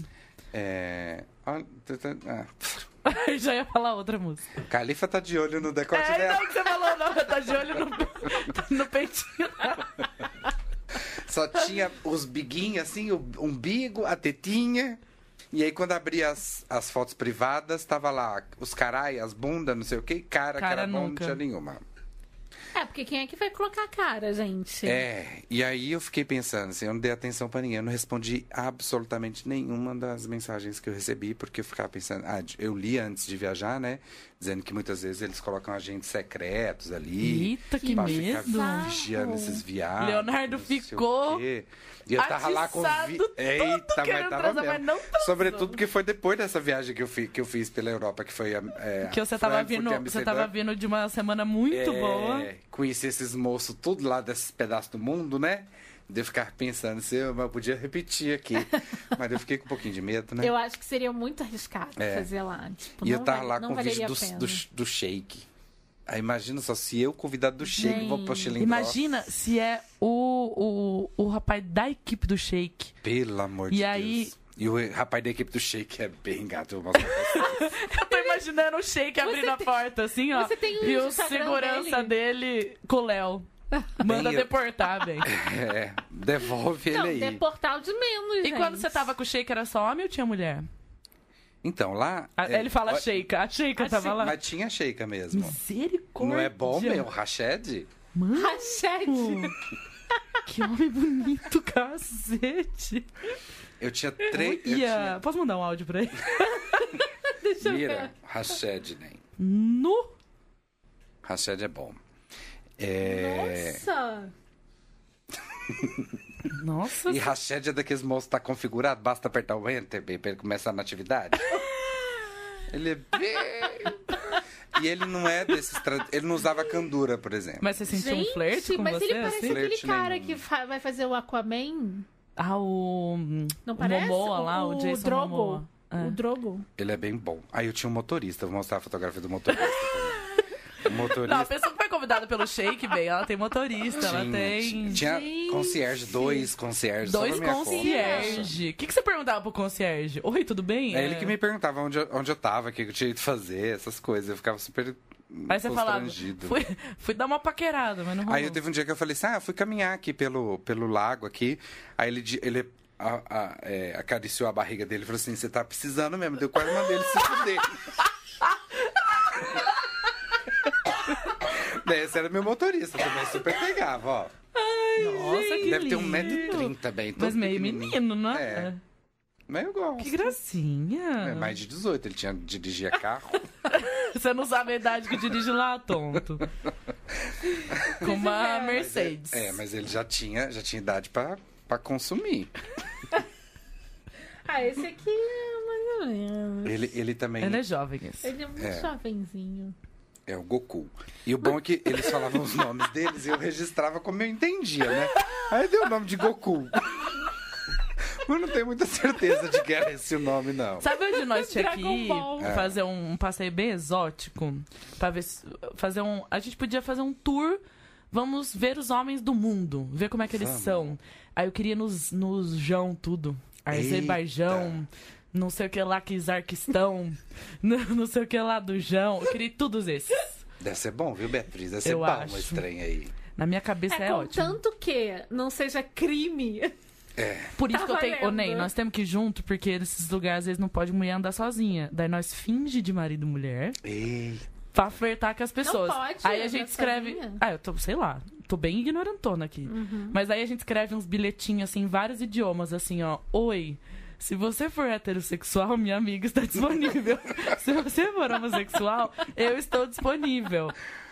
Já ia falar outra música. Califa tá de olho no decote dela. Então que você falou, não, tá de olho no peitinho. Só tinha os biguinhos, assim, o umbigo, a tetinha. E aí, quando abria as fotos privadas, tava lá os carai, as bundas, não sei o quê. Cara que era bom, não nunca. tinha nenhuma. É, porque quem é que vai colocar a cara, gente? E aí eu fiquei pensando, assim, eu não dei atenção pra ninguém. Eu não respondi absolutamente nenhuma das mensagens que eu recebi, porque eu ficava pensando... eu li antes de viajar, né? Dizendo que muitas vezes eles colocam agentes secretos ali. Eita, que pra medo. ficar vigiando esses viados. Leonardo não sei o ficou quê. E eu tava lá com... atiçado tudo Eita, mas querendo tava transar, mesmo. mas não transou. Sobretudo porque foi depois dessa viagem que eu fiz pela Europa, que foi Que você tava Frankfurt e vindo, Amsterdã. de uma semana muito boa. Conheci esses moços tudo lá desses pedaços do mundo, né? De eu ficar pensando se eu podia repetir aqui. Mas eu fiquei com um pouquinho de medo, né? Eu acho que seria muito arriscado fazer lá. Tipo, E eu não tava vale- lá não com o vídeo valeria a pena. do Shake. Aí imagina só, se eu, convidado do Shake, vou pro Chilindró. Imagina se é o rapaz da equipe do Shake. Pelo amor de E Deus. aí- E o rapaz da equipe do Shake é bem gato. Eu vou mostrar pra vocês. Eu tô imaginando o Shake abrindo a porta, assim, ó. você tem o E o Instagram segurança dele com o Léo. Manda Bem, deportar, bem. Devolve Não, ele aí. deportar o de menos, E gente. quando você tava com o Shake, era só homem ou tinha mulher? Então, lá... Ele fala Sheika. A Sheika tava lá. Mas tinha Sheika mesmo. Misericórdia. Não é bom, meu? Rached? Mano, Rachete. que homem bonito, cacete. Eu tinha 3... Posso mandar um áudio pra ele? Deixa eu Mira, ver. Rached, nem. No. Rached é bom. Nossa. Nossa. E Rached é daqueles moços que tá configurado, basta apertar o Enter, bem, pra ele começar na atividade. Ele é bem... E ele não é desses... Ele não usava candura, por exemplo. Mas você sentiu um flerte com mas você? ele parece assim? aquele Flerte cara nenhum. que vai fazer o Aquaman. Ah, o Não parece? Momoa lá, o Jason Drogo. Momoa. O Drogo. Ele é bem bom. Aí eu tinha um motorista, vou mostrar a fotografia do motorista também. O motorista... Não, a pessoa que foi convidada pelo Shake, bem, ela tem motorista, ela tem... Tinha Gente. concierge, 2 concierge. só Dois pra minha conta. concierge. O que você perguntava pro concierge? Oi, tudo bem? É ele que me perguntava onde eu tava, o que eu tinha ido fazer, essas coisas. Eu ficava super Aí você falava, constrangido. fui dar uma paquerada, mas não rolou. Aí eu teve um dia que eu falei assim, eu fui caminhar aqui pelo lago aqui. Aí ele acariciou a barriga dele e falou assim, você tá precisando mesmo. Deu quase mandei ele se fuder. Daí esse era meu motorista, também super pegava, ó. Nossa, que Deve ter lindo. 1,30 m bem, todo Mas meio pequenininho. menino, não É. é? Mas eu gosto. Que gracinha. É mais de 18, ele dirigia carro. Você não sabe a idade que dirige lá, tonto. Com uma Mercedes. Mas ele já tinha idade pra consumir. Esse aqui é mais ou menos. Ele também Ele é jovem, esse. Ele é muito jovenzinho. é o Goku. E o bom é que eles falavam os nomes deles e eu registrava como eu entendia, né? Aí deu o nome de Goku. Mas não tenho muita certeza de que era esse o nome, não. Sabe onde nós tinha que Dragon ir Ball. fazer um passeio bem exótico? Pra ver fazer um... A gente podia fazer um tour. Vamos ver os homens do mundo. Ver como é que eles Vamos. são. Aí eu queria nos Jão tudo. Azerbaijão, não sei o que lá, Quizarquistão, não sei o que lá do Jão. Eu queria ir todos esses. Deve ser bom, viu, Beatriz? Deve ser Eu bom acho. esse trem aí. Na minha cabeça é ótimo. Contanto que não seja crime. Por isso Tá que eu tenho... Ô, valendo. Ney, nós temos que ir junto, porque nesses lugares, às vezes, não pode mulher andar sozinha. Daí nós finge de marido e mulher Eita. pra flertar com as pessoas. pode Aí a andar gente escreve... sozinha? Eu tô, sei lá, tô bem ignorantona aqui. Mas aí a gente escreve uns bilhetinhos, assim, em vários idiomas, assim, ó. Oi, se você for heterossexual, minha amiga está disponível. Se você for homossexual, eu estou disponível.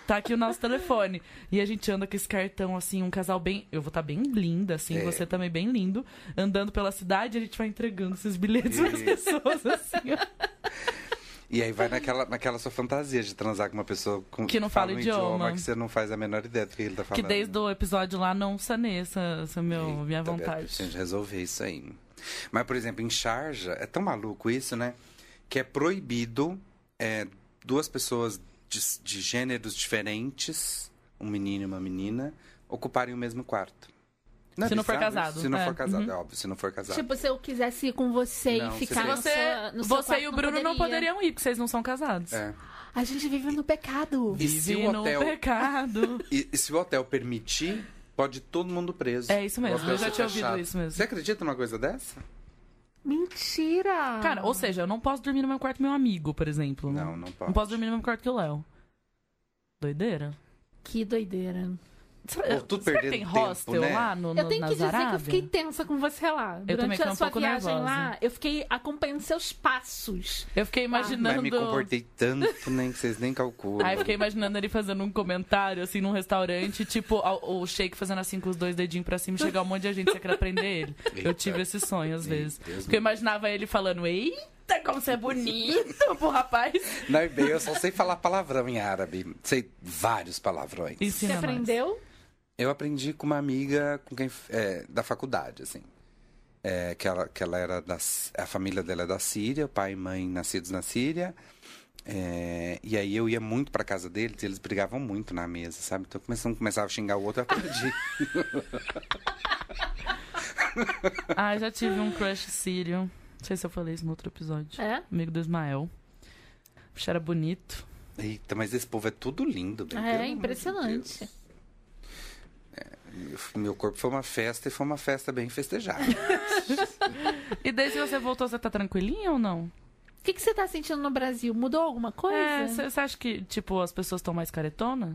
tá aqui o nosso telefone. E a gente anda com esse cartão, assim, um casal bem... Eu vou estar bem linda, assim, você também bem lindo. Andando pela cidade, a gente vai entregando esses bilhetes pras pessoas, assim, ó. E aí vai naquela sua fantasia de transar com uma pessoa que não fala um idioma. que você não faz a menor ideia do que ele tá falando. Que desde o episódio lá não sanei essa minha vontade. A gente resolver isso aí. Mas, por exemplo, em Sharjah, é tão maluco isso, né? Que é proibido duas pessoas de gêneros diferentes, um menino e uma menina, ocuparem o mesmo quarto. Se não for casado. Se não for casado, é óbvio, se não for casado. Tipo, se eu quisesse ir com você Não, e ficar no seu Você quarto, e o Bruno não poderiam ir, porque vocês não são casados. É. A gente vive no pecado. E se Vive o no hotel... pecado. E se o hotel permitir, pode ir todo mundo preso. É isso mesmo, O hotel eu já ser tinha ouvido fechado. isso mesmo. Você acredita numa coisa dessa? Mentira! Cara, ou seja, eu não posso dormir no meu quarto com meu amigo, por exemplo. Não pode. Não posso dormir no mesmo quarto que o Léo. Doideira. Que doideira. Ou tudo Será que perdendo tem tempo, hostel né? lá no Eu tenho nas que dizer Arábia? que eu fiquei tensa com você lá. Eu também Durante fiquei a um sua pouco viagem nervosa. lá, eu fiquei acompanhando seus passos. Eu fiquei imaginando... Mas me comportei tanto, nem que vocês nem calculam. Aí eu fiquei imaginando ele fazendo um comentário, assim, num restaurante, tipo, o Sheik fazendo assim com os dois dedinhos pra cima e chegar um monte de gente, você queria prender ele. Eu tive esse sonho, às vezes. Porque eu imaginava ele falando, eita, como você é bonito, pro rapaz. Não, e bem, eu só sei falar palavrão em árabe. Sei vários palavrões. Você Ensina nós. aprendeu? Eu aprendi com uma amiga com quem, da faculdade, assim. Que ela era a família dela é da Síria, o pai e mãe nascidos na Síria. E aí eu ia muito pra casa deles e eles brigavam muito na mesa, sabe? Então começava a xingar o outro, eu aprendi. Ah, já tive um crush sírio. Não sei se eu falei isso no outro episódio. É? Amigo do Ismael. Puxa, era bonito. Eita, mas esse povo é tudo lindo, bem. pelo amor É de impressionante. Deus. Meu corpo foi uma festa e foi uma festa bem festejada. E desde que você voltou, você tá tranquilinha ou não? O que você tá sentindo no Brasil? Mudou alguma coisa? Você acha que, tipo, as pessoas estão mais caretonas?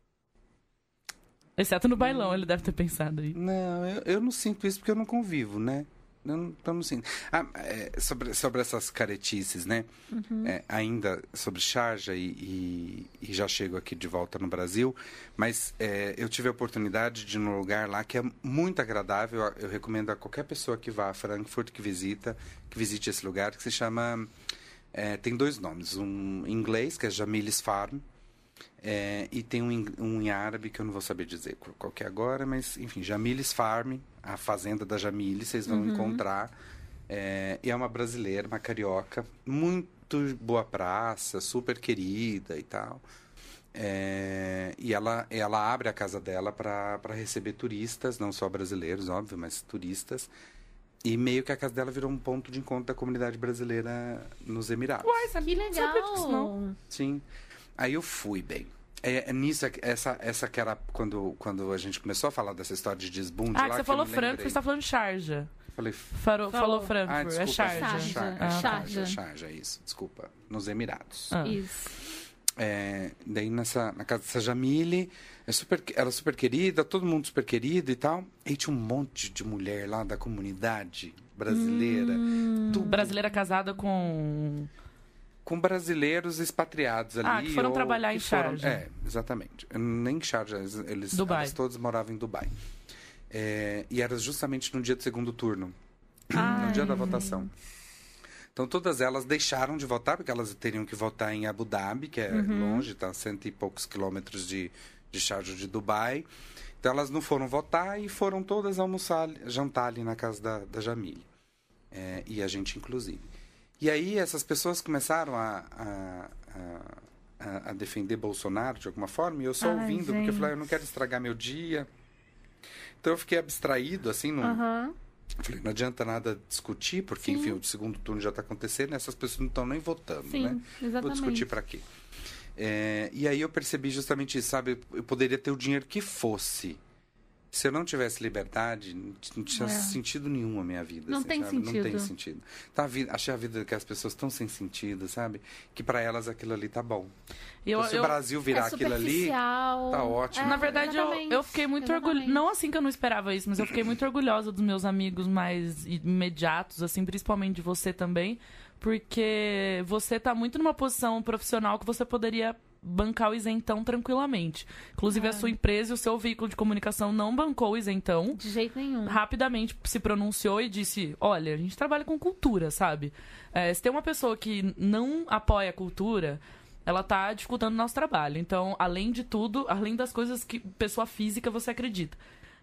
Exceto no bailão, ele deve ter pensado aí. Não, eu não sinto isso porque eu não convivo, né? Eu não sinto. Sobre essas caretices, né? Ainda sobre Sharjah e já chego aqui de volta no Brasil, mas eu tive a oportunidade de ir num lugar lá que é muito agradável. Eu recomendo a qualquer pessoa que vá a Frankfurt, que visite esse lugar, que se chama... tem dois nomes. Um em inglês, que é Jamilis Farm, e tem um em árabe que eu não vou saber dizer qual que é agora, mas enfim, Jamilis Farm, a fazenda da Jamilis, vocês vão encontrar. E é uma brasileira, uma carioca, muito boa praça, super querida e tal. E ela abre a casa dela para receber turistas, não só brasileiros, óbvio, mas turistas. E meio que a casa dela virou um ponto de encontro da comunidade brasileira nos Emirados. Uai, Que legal! Sim. Aí eu fui, bem. Essa que era quando a gente começou a falar dessa história de desbunde lá. Ah, que você falou Frankfurt, você tá falando Sharjah. Falei... Falou Frankfurt, desculpa, é Sharjah. Sharjah, isso. Desculpa. Nos Emirados. Isso. Daí na casa dessa Jamile, ela super querida, todo mundo super querido e tal. E tinha um monte de mulher lá da comunidade brasileira. Brasileira casada com brasileiros expatriados ali. Que foram trabalhar em Sharjah. Exatamente. Nem em Sharjah, elas todas moravam em Dubai. E era justamente no dia do segundo turno. No dia da votação. Então, todas elas deixaram de votar, porque elas teriam que votar em Abu Dhabi, que é longe, está a 100 e poucos quilômetros de Sharjah de Dubai. Então, elas não foram votar e foram todas jantar ali na casa da Jamile. E a gente, inclusive. E aí, essas pessoas começaram a defender Bolsonaro, de alguma forma, e eu só ouvindo, porque eu falei, eu não quero estragar meu dia. Então, eu fiquei abstraído, assim, falei, não adianta nada discutir, porque, enfim, o segundo turno já está acontecendo, essas pessoas não estão nem votando, né? Exatamente. Vou discutir para quê? E aí eu percebi justamente isso, sabe? Eu poderia ter o dinheiro que fosse. Se eu não tivesse liberdade, não tinha sentido nenhum a minha vida. Não assim, tem sabe? sentido. Não tem sentido. Achei a vida que as pessoas estão sem sentido, sabe? Que para elas aquilo ali tá bom. Então, se o Brasil virar aquilo ali, tá ótimo. Na verdade, eu fiquei muito orgulhosa. Não assim que eu não esperava isso, mas eu fiquei muito orgulhosa dos meus amigos mais imediatos, assim, principalmente de você também. Porque você tá muito numa posição profissional que você poderia bancar o isentão tranquilamente. Inclusive, a sua empresa e o seu veículo de comunicação não bancou o isentão. De jeito nenhum. Rapidamente se pronunciou e disse, olha, a gente trabalha com cultura, sabe? Se tem uma pessoa que não apoia a cultura, ela tá dificultando o nosso trabalho. Então, além de tudo, além das coisas que pessoa física você acredita.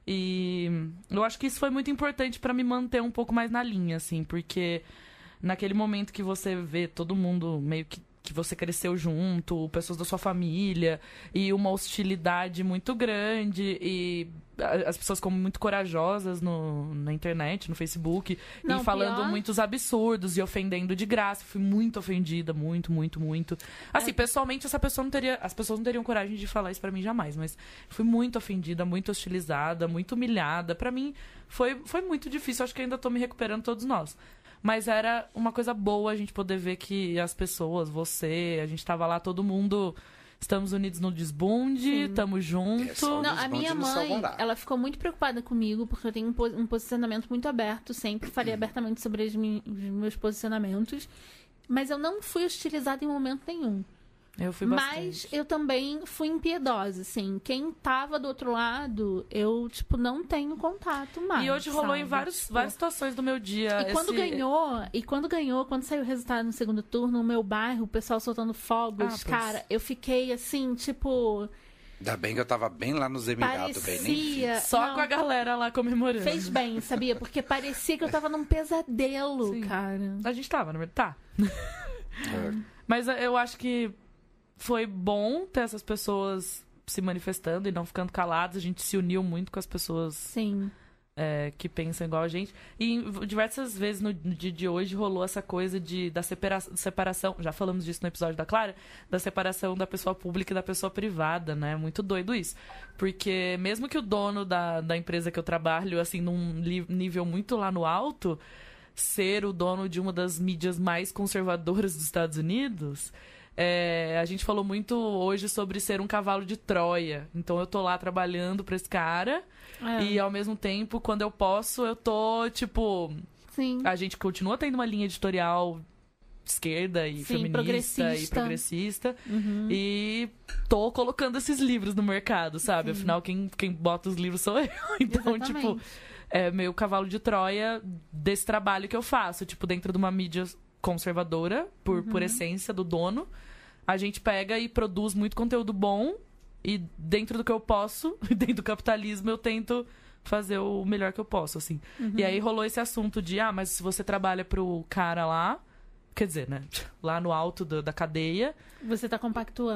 E eu acho que isso foi muito importante pra me manter um pouco mais na linha, assim, porque naquele momento que você vê todo mundo meio que você cresceu junto, pessoas da sua família, e uma hostilidade muito grande, e as pessoas como muito corajosas na internet, no Facebook, Não, e falando pior. muitos absurdos e ofendendo de graça. Fui muito ofendida, muito, muito, muito. Assim, pessoalmente, as pessoas não teriam coragem de falar isso pra mim jamais, mas fui muito ofendida, muito hostilizada, muito humilhada. Pra mim, foi muito difícil. Acho que ainda tô me recuperando, todos nós. Mas era uma coisa boa a gente poder ver que as pessoas, você, a gente tava lá, todo mundo... Estamos unidos no desbunde, estamos juntos. só Não, a desbunde minha nos mãe, salvará. ela ficou muito preocupada comigo, porque eu tenho um posicionamento muito aberto, sempre falei abertamente sobre os meus posicionamentos, mas eu não fui hostilizada em momento nenhum. Eu fui Mas bastante. eu também fui impiedosa, assim. Quem tava do outro lado, eu, tipo, não tenho contato mais. E hoje rolou em sabe? várias situações do meu dia. E quando quando saiu o resultado no segundo turno, no meu bairro, o pessoal soltando fogos, pois. cara, eu fiquei assim, tipo, Ainda bem que eu tava bem lá nos Emirados, bem nem fiz. parecia. Só Não, com a galera lá comemorando. fez bem, sabia? Porque parecia que eu tava num pesadelo, Sim. cara. A gente tava, na verdade. Tá. É. Mas eu acho que foi bom ter essas pessoas se manifestando e não ficando caladas. A gente se uniu muito com as pessoas Sim. que pensam igual a gente. E diversas vezes no dia de hoje rolou essa coisa da separação. Já falamos disso no episódio da Clara, da separação da pessoa pública e da pessoa privada, né? Muito doido isso. Porque mesmo que o dono da empresa que eu trabalho, assim, num nível muito lá no alto, ser o dono de uma das mídias mais conservadoras dos Estados Unidos... a gente falou muito hoje sobre ser um cavalo de Troia. Então eu tô lá trabalhando pra esse cara e ao mesmo tempo, quando eu posso, eu tô, tipo... Sim. A gente continua tendo uma linha editorial esquerda e Sim, feminista e progressista. E tô colocando esses livros no mercado, sabe? Afinal, quem bota os livros sou eu. Então, Exatamente. tipo, é meio cavalo de Troia desse trabalho que eu faço. Tipo, dentro de uma mídia conservadora, por essência do dono, a gente pega e produz muito conteúdo bom e dentro do que eu posso, dentro do capitalismo, eu tento fazer o melhor que eu posso, assim. E aí rolou esse assunto de, mas se você trabalha pro cara lá, quer dizer, né, lá no alto da cadeia... Você tá compactuando.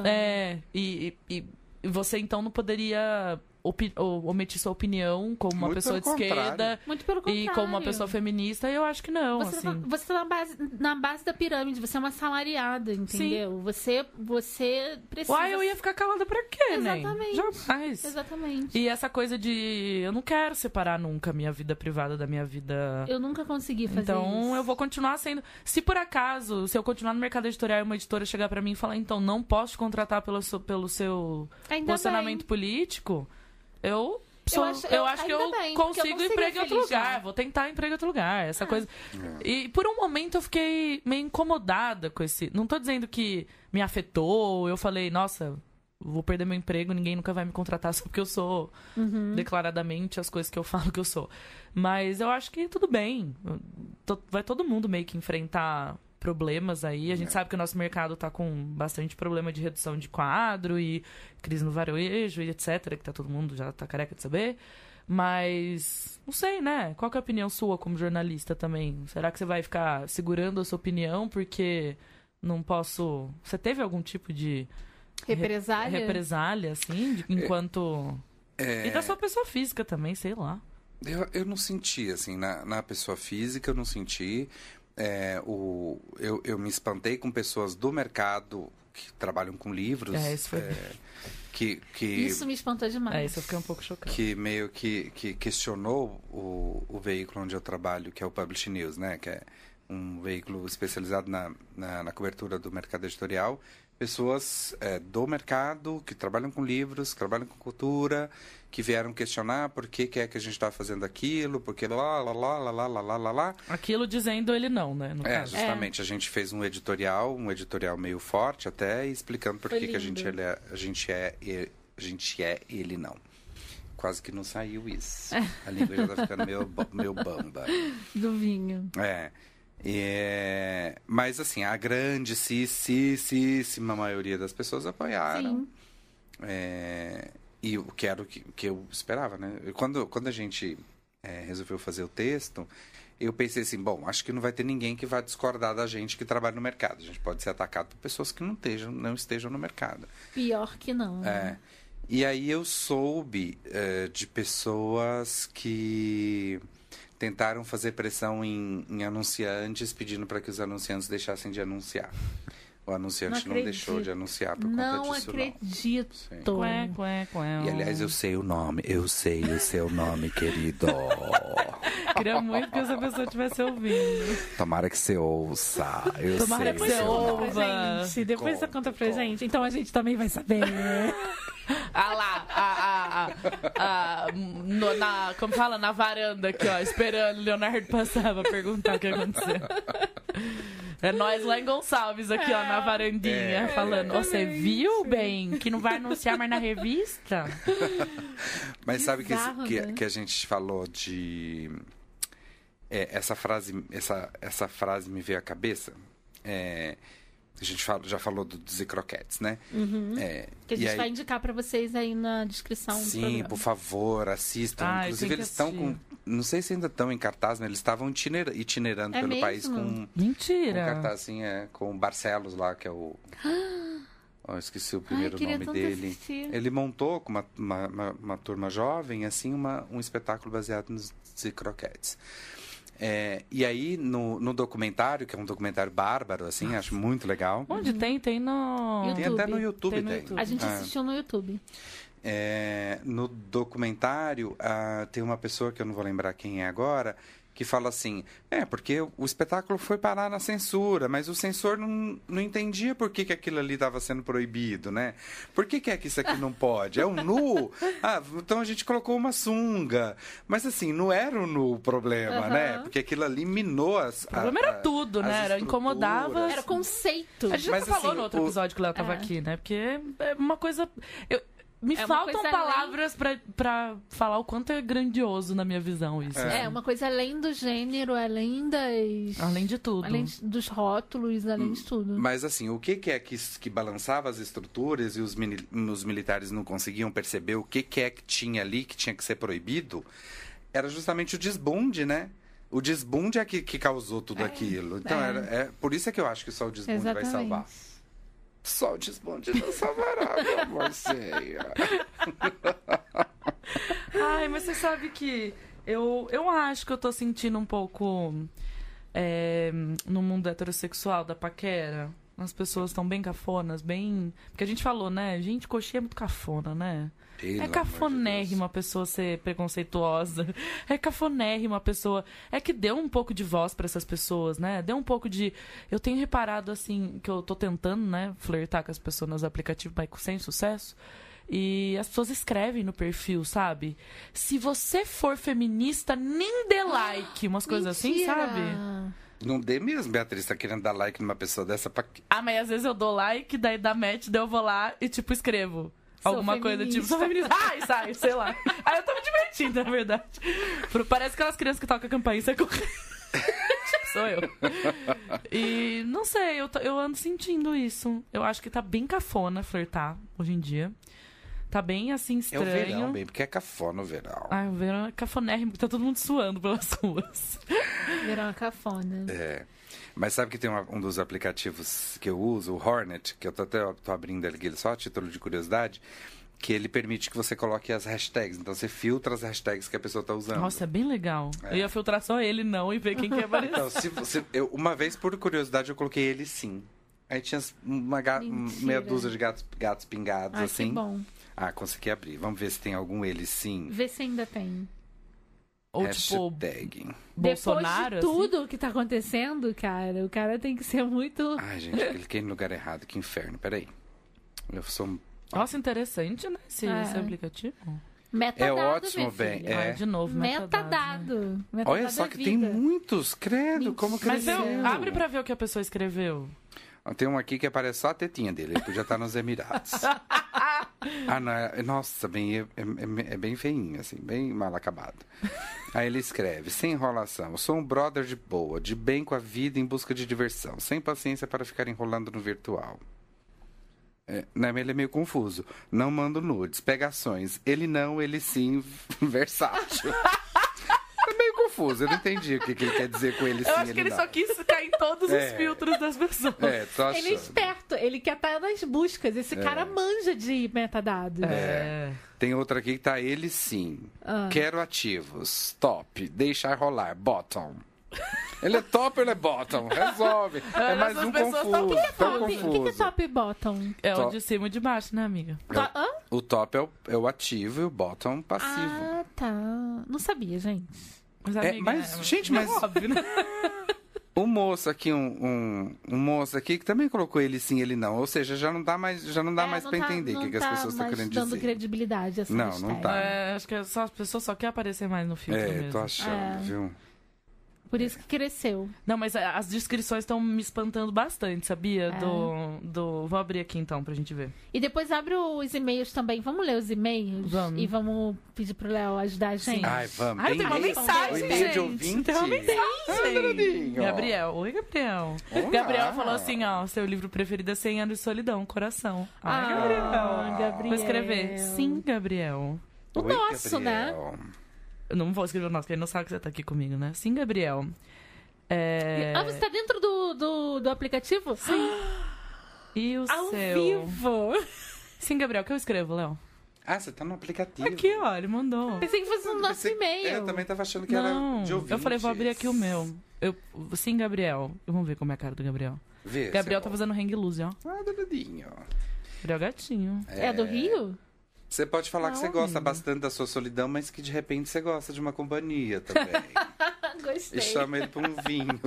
E você então não poderia omitir sua opinião como uma Muito pessoa de pelo esquerda contrário. Muito pelo contrário. e como uma pessoa feminista, eu acho que não, Você assim. tá na base da pirâmide, você é uma salariada, entendeu? Você precisa... Uai, eu ia ficar calada pra quê, né? Exatamente. Jamais. Exatamente. E essa coisa de... Eu não quero separar nunca a minha vida privada da minha vida... Eu nunca consegui fazer Então, isso. eu vou continuar sendo... Se por acaso, se eu continuar no mercado editorial e uma editora chegar pra mim e falar, então, não posso te contratar pelo seu Ainda posicionamento bem. político, eu acho que ainda eu bem, porque eu consigo não seria emprego em outro feliz lugar. lá. Vou tentar emprego em outro lugar. Essa coisa. E por um momento eu fiquei meio incomodada com esse. Não tô dizendo que me afetou. Eu falei, nossa, vou perder meu emprego, ninguém nunca vai me contratar só porque eu sou declaradamente as coisas que eu falo que eu sou. Mas eu acho que tudo bem. Vai todo mundo meio que enfrentar problemas aí. A gente sabe que o nosso mercado tá com bastante problema de redução de quadro e crise no varejo e etc, que todo mundo já tá careca de saber. Mas, não sei, né? Qual que é a opinião sua como jornalista também? Será que você vai ficar segurando a sua opinião porque não posso... Você teve algum tipo de... Represália? assim, enquanto... E da sua pessoa física também, sei lá. Eu não senti, assim, na pessoa física eu não senti. Eu me espantei com pessoas do mercado que trabalham com livros. Isso foi... Isso me espantou demais. Isso eu fiquei um pouco chocado. Que meio que questionou o veículo onde eu trabalho, que é o Publish News, né? Que é um veículo especializado na cobertura do mercado editorial. pessoas do mercado, que trabalham com livros, que trabalham com cultura, que vieram questionar por que é que a gente está fazendo aquilo, porque lá. Aquilo dizendo ele não, né? No caso. Justamente. A gente fez um editorial meio forte até, explicando por que a gente é ele não. Quase que não saiu isso. A língua já tá ficando meio bamba. Do vinho. Mas assim, a grandíssima maioria das pessoas apoiaram. Sim. E o que era o que eu esperava, né? Quando a gente resolveu fazer o texto, eu pensei assim, bom, acho que não vai ter ninguém que vá discordar da gente que trabalha no mercado. A gente pode ser atacado por pessoas que não estejam no mercado. Pior que não. Né? E aí eu soube de pessoas que tentaram fazer pressão em anunciantes, pedindo para que os anunciantes deixassem de anunciar. O anunciante não deixou de anunciar por conta disso, não. Acredito. E, aliás, eu sei o seu nome, querido. Queria muito que essa pessoa estivesse ouvindo. Tomara que você ouça. Tomara que você ouva. Depois você conta pra gente. Então a gente também vai saber. Como fala? Na varanda aqui, ó, esperando o Leonardo passar pra perguntar o que aconteceu. É nós lá em Gonçalves, aqui, ó, na varandinha, falando. Você viu, bem, que não vai anunciar mais na revista? Mas sabe bizarro, né? que a gente falou de... essa frase me veio à cabeça. A gente já falou dos croquetes, né? Uhum. Que a gente vai indicar pra vocês aí na descrição do programa. Sim, por favor, assistam. Inclusive, eles estão com... Não sei se ainda estão em cartaz, mas eles estavam itinerando pelo mesmo? país com... Mentira! Com cartaz, assim, com o Barcelos lá, que é o... esqueci o primeiro nome dele. Assistir. Ele montou com uma turma jovem, assim, um espetáculo baseado nos croquetes. E aí, no documentário, que é um documentário bárbaro, assim, acho muito legal. Onde tem? Tem no... YouTube. Tem até no YouTube. Tem no YouTube. A gente assistiu no YouTube. No documentário, tem uma pessoa que eu não vou lembrar quem é agora, que fala assim, porque o espetáculo foi parar na censura, mas o censor não entendia por que aquilo ali estava sendo proibido, né? Por que é que isso aqui não pode? É um nu? Então a gente colocou uma sunga. Mas assim, não era o nu o problema, né? Porque aquilo ali minou as... O problema era tudo, né? Era incomodava. Era conceito. A gente já falou no outro episódio que o Léo tava aqui, né? Porque é uma coisa... Me faltam palavras pra falar o quanto é grandioso na minha visão isso. Uma coisa além do gênero, além das... Além de tudo. Além dos rótulos, além de tudo. Mas assim, o que é que balançava as estruturas e os militares não conseguiam perceber o que é que tinha ali, que tinha que ser proibido, era justamente o desbunde, né? O desbunde é que causou tudo aquilo. Então, por isso é que eu acho que só o desbunde vai salvar. Só o desbunde não salvará, meu amorzinho. Ai, mas você sabe que eu acho que eu tô sentindo um pouco no mundo heterossexual da paquera. As pessoas estão bem cafonas, bem... Porque a gente falou, né? Gente, coxinha é muito cafona, né? Pelo é cafonérrima a pessoa ser preconceituosa. É cafonérrima a pessoa... É que deu um pouco de voz pra essas pessoas, né? Deu um pouco de... Eu tenho reparado, assim, que eu tô tentando, né? Flertar com as pessoas nos aplicativos, mas sem sucesso. E as pessoas escrevem no perfil, sabe? Se você for feminista, nem dê like. Umas coisas assim, sabe? Não dê mesmo, Beatriz, tá querendo dar like numa pessoa dessa pra quê? Mas às vezes eu dou like, daí dá match, daí eu vou lá e, tipo, escrevo. Alguma coisa, tipo, sou feminista. Sai, sei lá. Aí eu tô me divertindo, na verdade. Parece aquelas crianças que tocam a campainha e saem correndo. Sou eu. E não sei, eu ando sentindo isso. Eu acho que tá bem cafona flertar hoje em dia. Tá bem, assim, estranho. É o verão, bem, porque é cafona o verão. O verão é cafonérrimo, porque tá todo mundo suando pelas ruas. Verão é cafona. Mas sabe que tem um dos aplicativos que eu uso, o Hornet, que eu tô abrindo ele só a título de curiosidade, que ele permite que você coloque as hashtags. Então você filtra as hashtags que a pessoa tá usando. Nossa, é bem legal. Eu ia filtrar só ele, não, e ver quem quer aparecer. Então, uma vez, por curiosidade, eu coloquei ele sim. Aí tinha meia dúzia de gatos pingados, assim. Que bom. Consegui abrir. Vamos ver se tem algum ele sim. Vê se ainda tem. Ou tipo, Hashtag. Bolsonaro, Depois de tudo que tá acontecendo, cara, o cara tem que ser muito... Ai, gente, eu cliquei no lugar errado. Que inferno. Peraí. Eu sou... assim. Nossa, interessante, né? Esse aplicativo. Metadado, É ótimo, minha bem. filha. É. De novo, Metadado. Olha só é que vida. tem muitos. Credo, como Mas cresceu. abre pra ver o que a pessoa escreveu. Tem um aqui que aparece só a tetinha dele. Ele podia estar nos Emirados. Não, nossa, é bem feinho, assim, bem mal acabado. Aí ele escreve, sem enrolação, sou um brother de boa, de bem com a vida em busca de diversão, sem paciência para ficar enrolando no virtual. Ele é meio confuso. Não mando nudes, pegações. Ele não, ele sim, versátil. É meio confuso, eu não entendi o que ele quer dizer com ele sim, Eu acho que ele não. só quis cair em todos os filtros das pessoas. Tô achando. Ele é esperto, ele quer estar nas buscas. Esse cara manja de metadados. Tem outra aqui que tá ele sim. Quero ativos. Top. Deixar rolar. Bottom. Ele é top ou ele é bottom? Resolve. É mais essas um pessoas confuso. tão- O que é tão top? O que é confuso. top e bottom? É o Top. de cima e de baixo, né, amiga? Hã? O top é o ativo e o bottom passivo. Ah, tá. Não sabia, gente. Mas, Gente, mas óbvio, né? o moço aqui, um moço aqui que também colocou ele sim, ele não. Ou seja, já não dá mais pra entender o que as pessoas estão querendo dando dizer. credibilidade a essa Não, hashtag. não tá. Acho que as pessoas só querem aparecer mais no filtro mesmo. Tô achando, viu? Por isso que cresceu. Não, mas as descrições estão me espantando bastante, sabia? Vou abrir aqui então pra gente ver. E depois abre os e-mails também. Vamos ler os e-mails? Vamos. E vamos pedir pro Léo ajudar a gente? Ai, vamos. Ai, tem uma e-mail? mensagem, O e-mail de gente. ouvinte? Tem uma mensagem. Danadinho. Gabriel. Oi, Gabriel. Olá. Gabriel falou assim, ó, seu livro preferido é 100 anos de solidão, coração. Ai, Gabriel. Vou escrever. Sim, Gabriel. O Oi, nosso, né? Gabriel. Eu não vou escrever o nosso, porque ele não sabe que você tá aqui comigo, né? Sim, Gabriel. Ah, você tá dentro do aplicativo? Sim. E o Ao seu? vivo. Sim, Gabriel, o que eu escrevo, Léo? Ah, você tá no aplicativo. Aqui, ó, ele mandou. Pensei que fosse no nosso Pensei- e-mail. Eu também tava achando que Não, era de ouvinte. eu falei, vou abrir aqui o meu. Sim, Gabriel. Vamos ver como é a cara do Gabriel. Vê, Gabriel tá seu- fazendo hang loose, ó. Ah, danadinho. Gabriel gatinho. É do Rio? Você pode falar que você Não, gosta amigo. bastante da sua solidão, mas que de repente você gosta de uma companhia também. Gostei. E chama ele pra um vinho.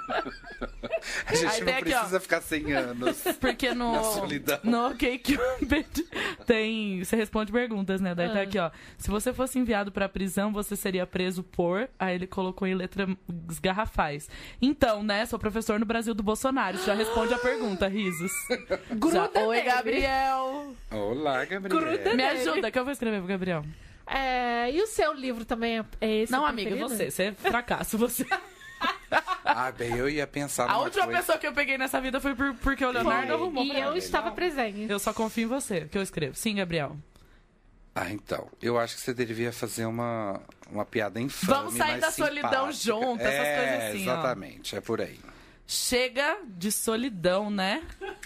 A gente Aí não tem aqui, ó. precisa ficar 100 anos. Porque no, Na solidão. no OkCupid tem... Você responde perguntas, né? Daí tá aqui, ó. Se você fosse enviado pra prisão, você seria preso por... Aí ele colocou em letras garrafais. Então, né? Sou professor no Brasil do Bolsonaro. Isso já responde a pergunta, risos. Gruda Já. Oi, nele. Gabriel. Olá, Gabriel. Me ajuda, que eu vou escrever pro Gabriel. E o seu livro também é esse? Não, o amiga, preferido? você é fracasso, você. Ah, bem, eu ia pensar A numa última coisa. pessoa que eu peguei nessa vida foi porque o Leonardo Foi. arrumou E pra eu mim. estava presente. Eu só confio em você, que eu escrevo. Sim, Gabriel. Ah, então. Eu acho que você deveria fazer uma piada infame. Vamos sair mas da solidão simpática. junto, essas coisas assim, ó. Exatamente, é por aí. Chega de solidão, né?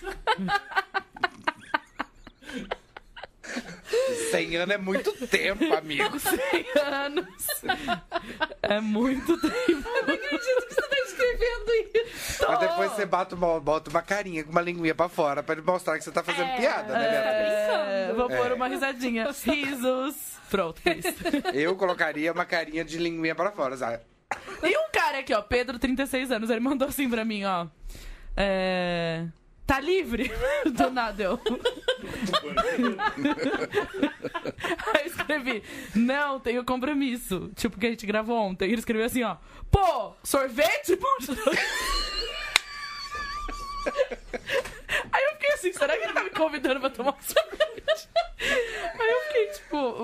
100 anos é muito tempo, amigo. 100 anos. É muito tempo. Acredito que você tá escrevendo isso. Mas depois você bota uma carinha com uma linguinha pra fora pra ele mostrar que você tá fazendo piada, né, Beatriz? Vou pôr uma risadinha. Risos. Pronto, fiz. Eu colocaria uma carinha de linguinha pra fora, sabe? E um cara aqui, ó, Pedro, 36 anos, ele mandou assim pra mim, ó. Tá livre? Do nada, eu. Aí eu escrevi, não, tenho compromisso. Tipo, que a gente gravou ontem. Ele escreveu assim, ó. Pô, sorvete? Aí eu fiquei assim, será que ele tá me convidando pra tomar um sorvete? Aí eu fiquei, tipo...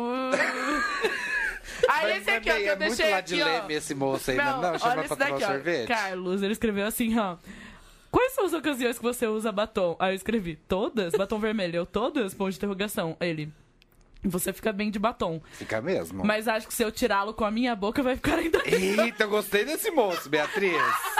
Aí esse aqui, ó, que eu é muito deixei lá aqui, de ó. leme esse moço aí, Não, não? Chama olha pra esse tomar daqui, ó. sorvete? Carlos, ele escreveu assim, ó. Quais são as ocasiões que você usa batom? Aí eu escrevi, todas? Batom vermelho. Eu, todas? Ponto de interrogação. Aí ele, você fica bem de batom. Fica mesmo. Mas acho que se eu tirá-lo com a minha boca, vai ficar ainda... Eita, eu gostei desse moço, Beatriz.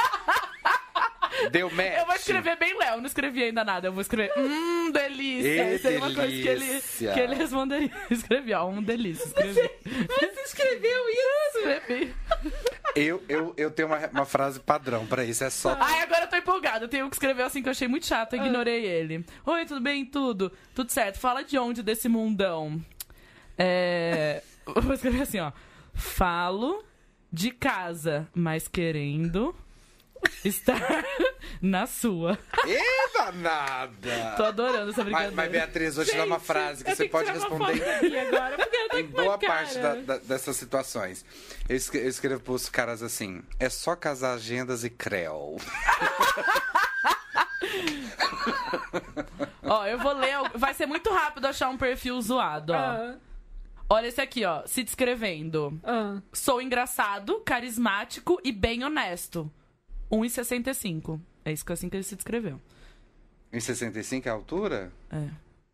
Deu match. Eu vou escrever bem Léo, não escrevi ainda nada. Eu vou escrever, delícia. Aí tem uma coisa delícia. que ele responderia. Escrevi, ó, delícia. Escrevi. Você escreveu isso? Escrevi. Eu tenho uma frase padrão pra isso, é só... Ai, agora eu tô empolgada. Eu tenho um que escreveu assim que eu achei muito chato, eu ignorei ele. Oi, tudo bem? Tudo certo. Fala de onde desse mundão? Eu vou escrever assim, ó. Falo De casa, mas querendo estar na sua. Ê, danada! Tô adorando essa brincadeira. Mas Beatriz, vou te dar uma frase que Eu você tenho pode tirar uma responder foto aqui agora, porque eu tô em com uma boa cara. parte dessas situações. Eu escrevo pros caras assim: é só casar agendas e creu. Ó, eu vou ler. Vai ser muito rápido achar um perfil zoado, ó. Ah, Olha esse aqui, ó. Se descrevendo. ah. Sou engraçado, carismático e bem honesto. 1,65. É isso que assim que ele se descreveu. Em 65 é a altura? É.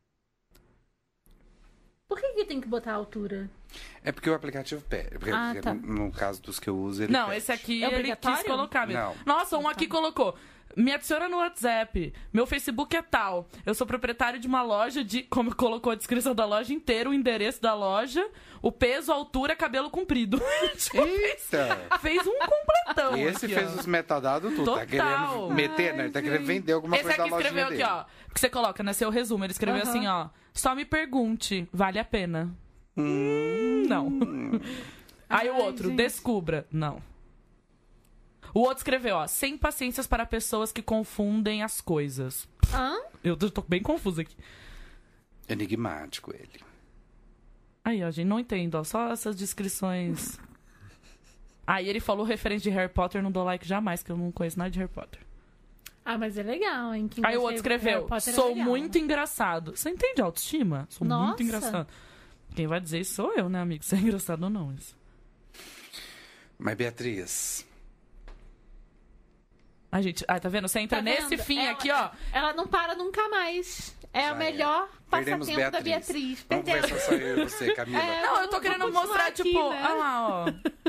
Por que tem que botar a altura? É porque o aplicativo pede. Porque, Ah, porque tá. no caso dos que eu uso, ele Não, pede. esse aqui É ele obrigatório? quis colocar mesmo. Não. Nossa, um aqui colocou. Me adiciona no WhatsApp. Meu Facebook é tal. Eu sou proprietário de uma loja de... Como colocou a descrição da loja inteira, o endereço da loja, o peso, a altura, cabelo comprido. Eita! Fez um completão. Esse aqui, fez ó. os metadados tudo. Tá Total. querendo meter, né? Ele tá querendo vender alguma Esse coisa aqui da lojinha escreveu dele. aqui, ó. Porque você coloca, né? Seu resumo. Ele escreveu assim, ó. Só me pergunte, vale a pena? Não. Aí o outro, gente. descubra. Não. O outro escreveu, ó. Sem paciências para pessoas que confundem as coisas. Hã? Eu tô bem confusa aqui. Enigmático ele. Aí, ó, gente, não entendo, ó. Só essas descrições. Aí ele falou referente de Harry Potter, não dou like jamais, que eu não conheço nada de Harry Potter. Ah, mas é legal, hein? Quem Aí o gosta outro de Harry escreveu, Potter é sou legal. muito engraçado. Você entende autoestima? Sou muito Nossa. engraçado. Quem vai dizer isso sou eu, né, amigo? Se é engraçado ou não. Isso. Mas, Beatriz, Ai, gente, ai, tá vendo? Você entra Tá nesse vendo? fim Ela- aqui, ó. Ela não para nunca mais. É Já o melhor perdemos passatempo da Beatriz. Vamos Perdemos. conversar só eu e você, Camila. É. Não, eu tô vou querendo continuar mostrar, aqui, tipo, né? olha lá,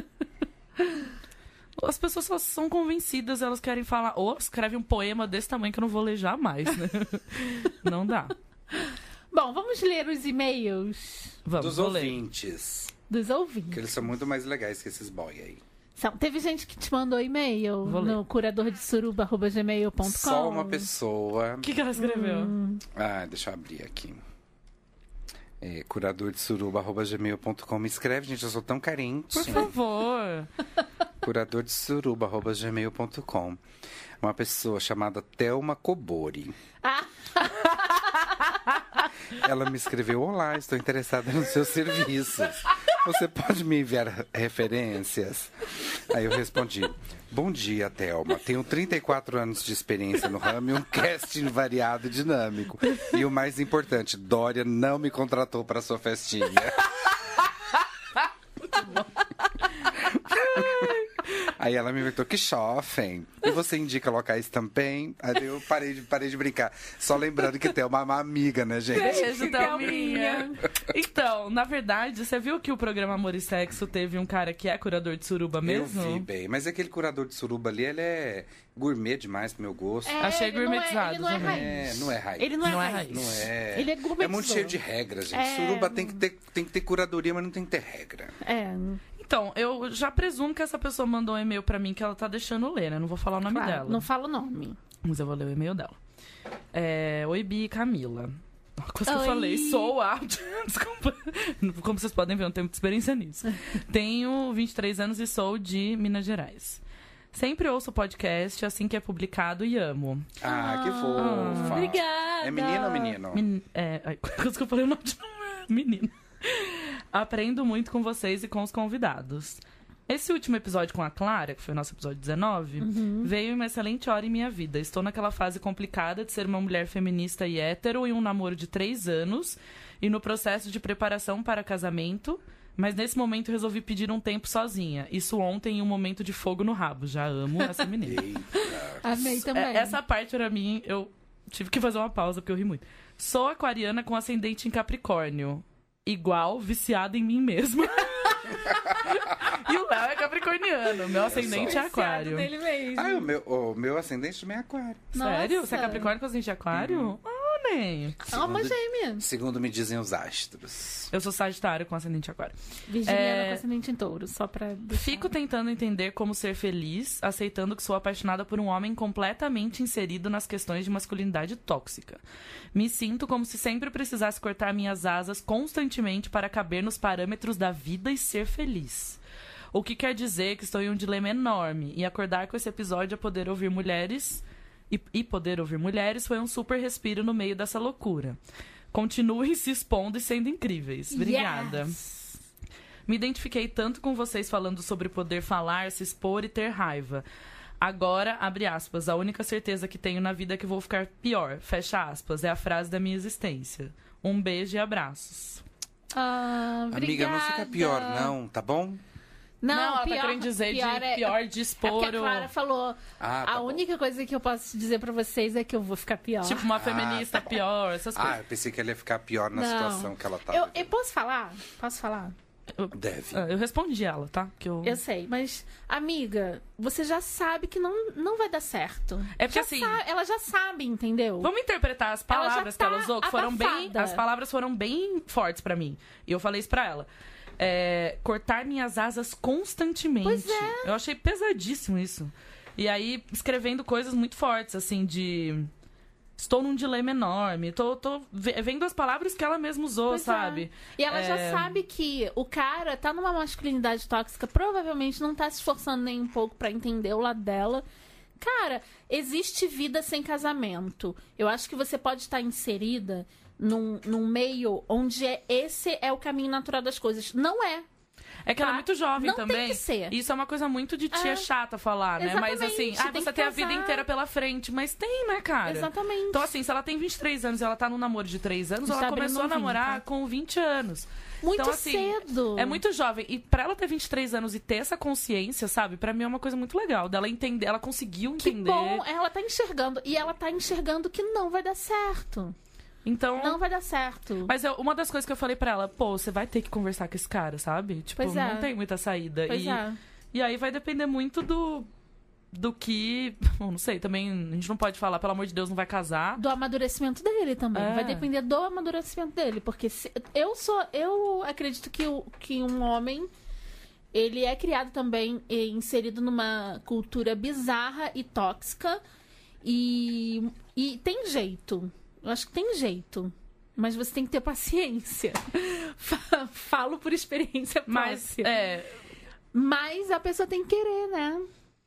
ó. As pessoas só são convencidas, elas querem falar, ou escreve um poema desse tamanho que eu não vou ler jamais, né? Não dá. Bom, vamos ler os e-mails Vamos, Dos vou ler. ouvintes. dos ouvintes. Que eles são muito mais legais que esses boy aí. Teve gente que te mandou e-mail Vou ler. no curadordesuruba@gmail.com. Só uma pessoa. O que ela escreveu? Ah, deixa eu abrir aqui. Curadordesuruba@gmail.com. Me escreve, gente, eu sou tão carente. Por favor. Curadordesuruba@gmail.com. Uma pessoa chamada Thelma Cobori. Ah, Ela me escreveu: olá, estou interessada nos seus serviços. Você pode me enviar referências? Aí eu respondi: bom dia, Thelma. Tenho 34 anos de experiência no ramo e um casting variado e dinâmico. E o mais importante, Dória não me contratou para sua festinha. Aí ela me inventou que chofem. E você indica locais também? Aí eu parei de brincar. Só lembrando que tem uma amiga, né, gente? Beijo, Thelminha. Então, na verdade, você viu que o programa Amor e Sexo teve um cara que é curador de suruba mesmo? Eu vi bem. Mas aquele curador de suruba ali, ele é gourmet demais pro meu gosto. Achei ele não gourmetizado ele não é também. raiz. Não é raiz. Ele não é Não é raiz. raiz. Não é. Ele é gourmetizou. É muito cheio de regras, gente. É. Suruba tem que ter curadoria, mas não tem que ter regra. É, Então, eu já presumo que essa pessoa mandou um e-mail pra mim que ela tá deixando eu ler, né? Não vou falar o nome claro, dela. não fala o nome. Mas eu vou ler o e-mail dela. Oi, Bi e Camila. Coisa que eu Oi. falei, sou áudio. Desculpa. Como vocês podem ver, eu não tenho muita experiência nisso. Tenho 23 anos e sou de Minas Gerais. Sempre ouço o podcast assim que é publicado e amo. Ah, que fofa. Obrigada. É menina ou menino? Coisa que eu falei o nome de menino. Aprendo muito com vocês e com os convidados. Esse último episódio com a Clara, que foi o nosso episódio 19, veio em uma excelente hora em minha vida. Estou naquela fase complicada de ser uma mulher feminista e hétero em um namoro de 3 anos e no processo de preparação para casamento, mas nesse momento resolvi pedir um tempo sozinha. Isso ontem em um momento de fogo no rabo. Já amo essa menina. Amei também. Essa parte, pra mim, eu tive que fazer uma pausa porque eu ri muito. Sou aquariana com ascendente em Capricórnio. Igual viciada em mim mesma. E o Léo é capricorniano. Meu ascendente é aquário. Nele mesmo. Ah, o meu ascendente também é aquário. Sério? Nossa. Você é capricórnio com ascendente aquário? nem. Alma gêmea. Segundo me dizem os astros. Eu sou sagitário com ascendente aquário. Virginiana com ascendente em touro, só pra... deixar. Fico tentando entender como ser feliz, aceitando que sou apaixonada por um homem completamente inserido nas questões de masculinidade tóxica. Me sinto como se sempre precisasse cortar minhas asas constantemente para caber nos parâmetros da vida e ser feliz. O que quer dizer que estou em um dilema enorme. E acordar com esse episódio a poder ouvir mulheres... E poder ouvir mulheres foi um super respiro no meio dessa loucura. Continuem se expondo e sendo incríveis. Obrigada. Yes. Me identifiquei tanto com vocês falando sobre poder falar, se expor e ter raiva. Agora, abre aspas, a única certeza que tenho na vida é que vou ficar pior. Fecha aspas, é a frase da minha existência. Um beijo e abraços. Obrigada. Amiga, não fica pior não, tá bom? Não, ela pior, tá querendo dizer pior de É expor porque a Clara falou, Ah, tá a bom. única coisa que eu posso dizer pra vocês é que eu vou ficar pior. Tipo, uma feminista pior, essas coisas. Ah, eu pensei que ela ia ficar pior na Não. situação que ela tá. Eu posso falar? Posso falar? Deve. Eu respondi ela, tá? Que eu... Eu sei, mas, amiga, você já sabe que não vai dar certo. É porque Já assim- ela já sabe, entendeu? Vamos interpretar as Ela já palavras tá que ela usou, que foram bem. abafada. As palavras foram bem fortes pra mim. E eu falei isso pra ela. Cortar minhas asas constantemente. Pois é. Eu achei pesadíssimo isso. E aí, escrevendo coisas muito fortes, assim, de. Estou num dilema enorme. Tô vendo as palavras que ela mesma usou, Pois é. sabe? E ela já sabe que o cara tá numa masculinidade tóxica, provavelmente não tá se esforçando nem um pouco pra entender o lado dela. Cara, existe vida sem casamento. Eu acho que você pode estar inserida num meio onde esse é o caminho natural das coisas. Não é. É que ela é Tá? muito jovem Não tem também. que ser. Isso é uma coisa muito de tia chata falar, né? Mas assim, Exatamente, tem você que tem a vida casar. inteira pela frente. Mas tem, né, cara? Exatamente. Então, assim, se ela tem 23 anos e ela tá num namoro de 3 anos, Está ela abrindo começou a um vinho, namorar tá? com 20 anos. Muito Então, assim, cedo. É muito jovem. E pra ela ter 23 anos e ter essa consciência, sabe? Pra mim é uma coisa muito legal. Dela entender, ela conseguiu Que entender. bom, ela tá enxergando. E ela tá enxergando que não vai dar certo. Então. Não vai dar certo. Mas uma das coisas que eu falei pra ela, pô, você vai ter que conversar com esse cara, sabe? Tipo, Pois é. não tem muita saída. Pois é. E aí vai depender muito do que. Bom, não sei, também a gente não pode falar, pelo amor de Deus, não vai casar. Do amadurecimento dele também. É. Vai depender do amadurecimento dele. Porque eu acredito que um homem, ele é criado também e inserido numa cultura bizarra e tóxica. E tem jeito. Eu acho que tem jeito. Mas você tem que ter paciência. Falo por experiência Mas, própria. Mas a pessoa tem que querer, né?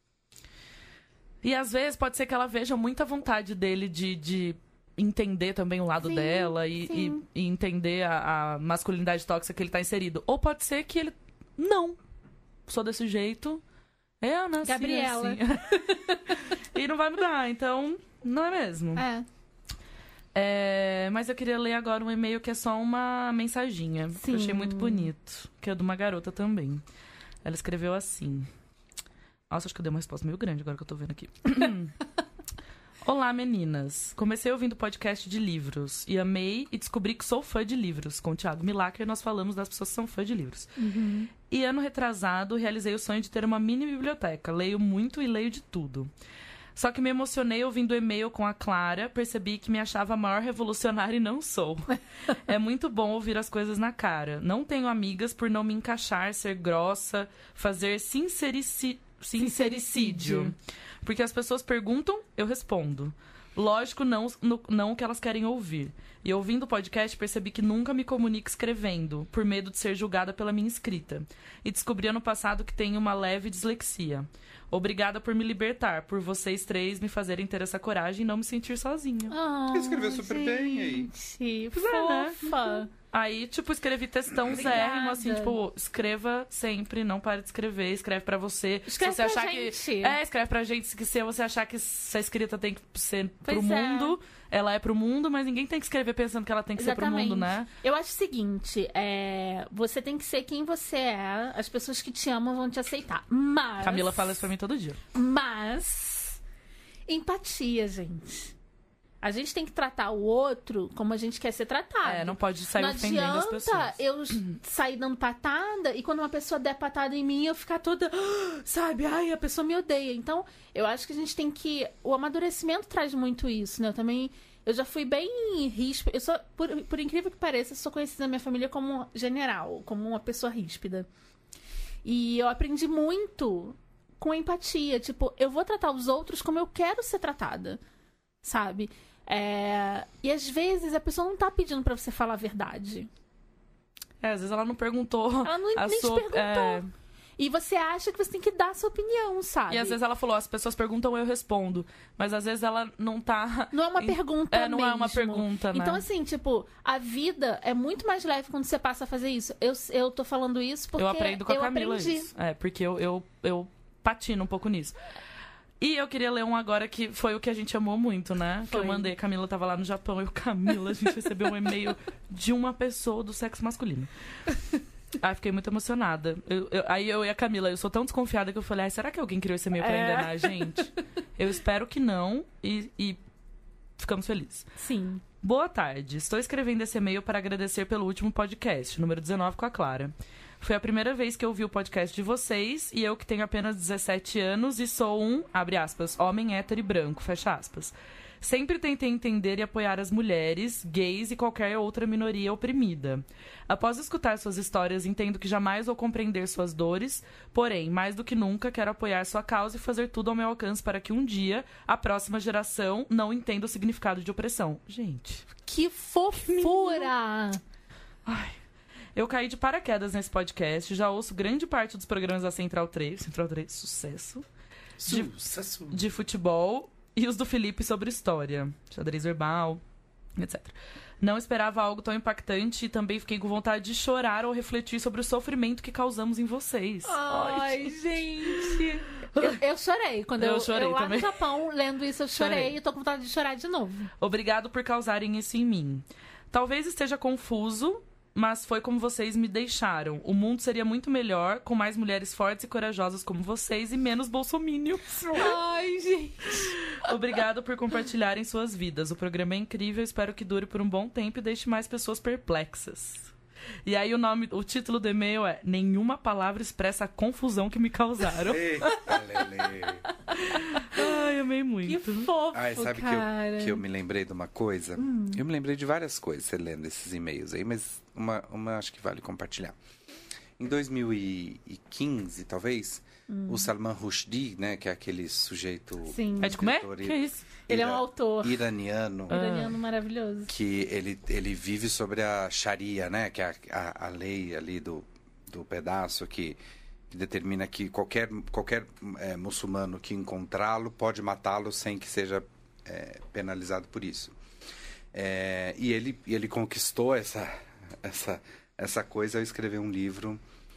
E às vezes pode ser que ela veja muita vontade dele de entender também o lado Sim, dela sim. e entender a masculinidade tóxica que ele tá inserido. Ou pode ser que ele. Não. Sou desse jeito. Eu nasci Gabriela. assim. E não vai mudar, então. Não é mesmo. Mas eu queria ler agora um e-mail que é só uma mensaginha. Que eu achei muito bonito. Que é de uma garota também. Ela escreveu assim. Nossa, acho que eu dei uma resposta meio grande agora que eu tô vendo aqui. Olá, meninas. Comecei ouvindo podcast de livros e amei e descobri que sou fã de livros. Com o Thiago Milacre, nós falamos das pessoas que são fã de livros. E ano retrasado, realizei o sonho de ter uma mini biblioteca. Leio muito e leio de tudo. Só que me emocionei ouvindo o e-mail com a Clara, percebi que me achava a maior revolucionária e não sou. É muito bom ouvir as coisas na cara. Não tenho amigas por não me encaixar, ser grossa, fazer sincericídio. Porque as pessoas perguntam, eu respondo. Lógico, não o que elas querem ouvir. E ouvindo o podcast, percebi que nunca me comunico escrevendo, por medo de ser julgada pela minha escrita. E descobri ano passado que tenho uma leve dislexia. Obrigada por me libertar, por vocês três me fazerem ter essa coragem e não me sentir sozinha. Escreveu super bem aí. Gente, né? fofa. Aí, tipo, escrevi textão zérrimo, assim, tipo, escreva sempre, não pare de escrever, escreve pra você. Escreve se você pra achar gente. que. Escreve pra gente, que se você achar que essa escrita tem que ser pro Pois é. mundo, ela é pro mundo, mas ninguém tem que escrever pensando que ela tem que ser pro mundo, né? Eu acho o seguinte, você tem que ser quem você é, as pessoas que te amam vão te aceitar. Mas... Camila fala isso pra mim todo dia. Mas... empatia, gente. A gente tem que tratar o outro como a gente quer ser tratado. Não pode sair Não ofendendo as pessoas. adianta eu sair dando patada e quando uma pessoa der patada em mim, eu ficar toda... sabe? Ai, a pessoa me odeia. Então, eu acho que a gente tem que... O amadurecimento traz muito isso, né? Eu já fui bem ríspida. Eu sou, por incrível que pareça, sou conhecida na minha família como general, como uma pessoa ríspida. E eu aprendi muito com empatia. Tipo, eu vou tratar os outros como eu quero ser tratada, sabe? E às vezes a pessoa não tá pedindo pra você falar a verdade. Às vezes ela não perguntou. Ela nem te perguntou. E você acha que você tem que dar a sua opinião, sabe? E às vezes ela falou, as pessoas perguntam, eu respondo. Mas às vezes ela não tá... Não é uma pergunta não é uma pergunta, né? Então, assim, tipo, a vida é muito mais leve quando você passa a fazer isso. Eu tô falando isso porque eu aprendo com a Camila aprendi. isso. Porque eu patino um pouco nisso. E eu queria ler um agora que foi o que a gente amou muito, né? Foi. Que eu mandei. A Camila tava lá no Japão. Camila, a gente recebeu um e-mail de uma pessoa do sexo masculino. Aí fiquei muito emocionada. Aí eu e a Camila, eu sou tão desconfiada que eu falei, será que alguém criou esse e-mail pra enganar a gente? Eu espero que não. E ficamos felizes. Sim. Boa tarde. Estou escrevendo esse e-mail para agradecer pelo último podcast, número 19, com a Clara. Foi a primeira vez que eu ouvi o podcast de vocês e eu que tenho apenas 17 anos e sou um, abre aspas, homem hétero e branco, fecha aspas. Sempre tentei entender e apoiar as mulheres, gays e qualquer outra minoria oprimida. Após escutar suas histórias, entendo que jamais vou compreender suas dores, porém, mais do que nunca, quero apoiar sua causa e fazer tudo ao meu alcance para que um dia a próxima geração não entenda o significado de opressão. Gente. Que fofura! Ai. Eu caí de paraquedas nesse podcast, já ouço grande parte dos programas da Central 3. Central 3, sucesso. Sucesso. De futebol. E os do Felipe sobre história, xadrez verbal, etc. Não esperava algo tão impactante e também fiquei com vontade de chorar ou refletir sobre o sofrimento que causamos em vocês. Ai, gente. Eu chorei. Quando Eu chorei lá também. no Japão, lendo isso, eu chorei. E tô com vontade de chorar de novo. Obrigado por causarem isso em mim. Talvez esteja confuso, mas foi como vocês me deixaram. O mundo seria muito melhor com mais mulheres fortes e corajosas como vocês e menos bolsominions. Ai, gente. Obrigado por compartilharem suas vidas. O programa é incrível, espero que dure por um bom tempo e deixe mais pessoas perplexas. E aí o título do e-mail é Nenhuma palavra expressa a confusão que me causaram. Eita, Lelê. Ai, amei muito. Que fofo, Ai, sabe cara. que eu me lembrei de uma coisa? Eu me lembrei de várias coisas, você lendo esses e-mails aí, mas uma acho que vale compartilhar. Em 2015, talvez, o Salman Rushdie, né, que é aquele sujeito... Sim. É de comer? escritor Que isso? Ele é um autor iraniano, iraniano maravilhoso. que ele vive sobre a Sharia, né, que é a lei ali do pedaço que determina que qualquer muçulmano que encontrá-lo pode matá-lo sem que seja penalizado por isso. E ele conquistou essa coisa ao escrever um livro.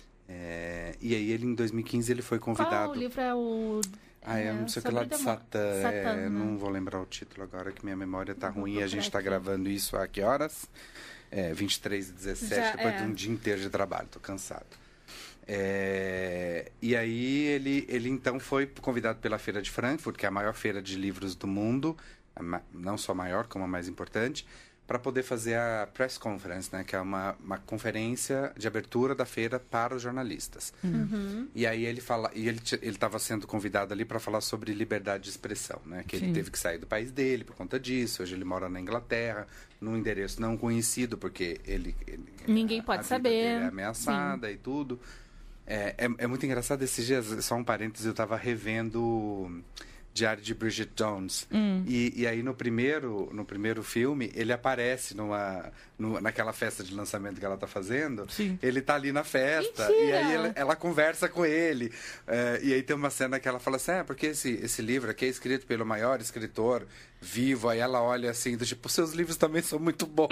E aí ele, em 2015, ele foi convidado... Qual o livro é o... eu não sei o que lá de Satã. Satã, Não vou lembrar o título agora, que minha memória tá Vou ruim. A gente tá procurar aqui. gravando isso a que horas? 23h17, Já depois de um dia inteiro de trabalho. Tô cansado. E aí ele então foi convidado pela Feira de Frankfurt, que é a maior feira de livros do mundo, não só a maior, como a mais importante, para poder fazer a press conference, né, que é uma conferência de abertura da feira para os jornalistas. E aí ele estava sendo convidado ali para falar sobre liberdade de expressão, né, que ele teve que sair do país dele por conta disso. Hoje ele mora na Inglaterra, num endereço não conhecido, porque Ninguém pode a vida saber. dele é ameaçada e tudo. É muito engraçado esses dias, só um parênteses, eu estava revendo Diário de Bridget Jones. E aí no primeiro filme, ele aparece naquela festa de lançamento que ela tá fazendo. Sim. Ele tá ali na festa. Mentira! E aí ela conversa com ele. E aí tem uma cena que ela fala assim, porque esse livro aqui é escrito pelo maior escritor vivo. Aí ela olha assim, do tipo, seus livros também são muito bons.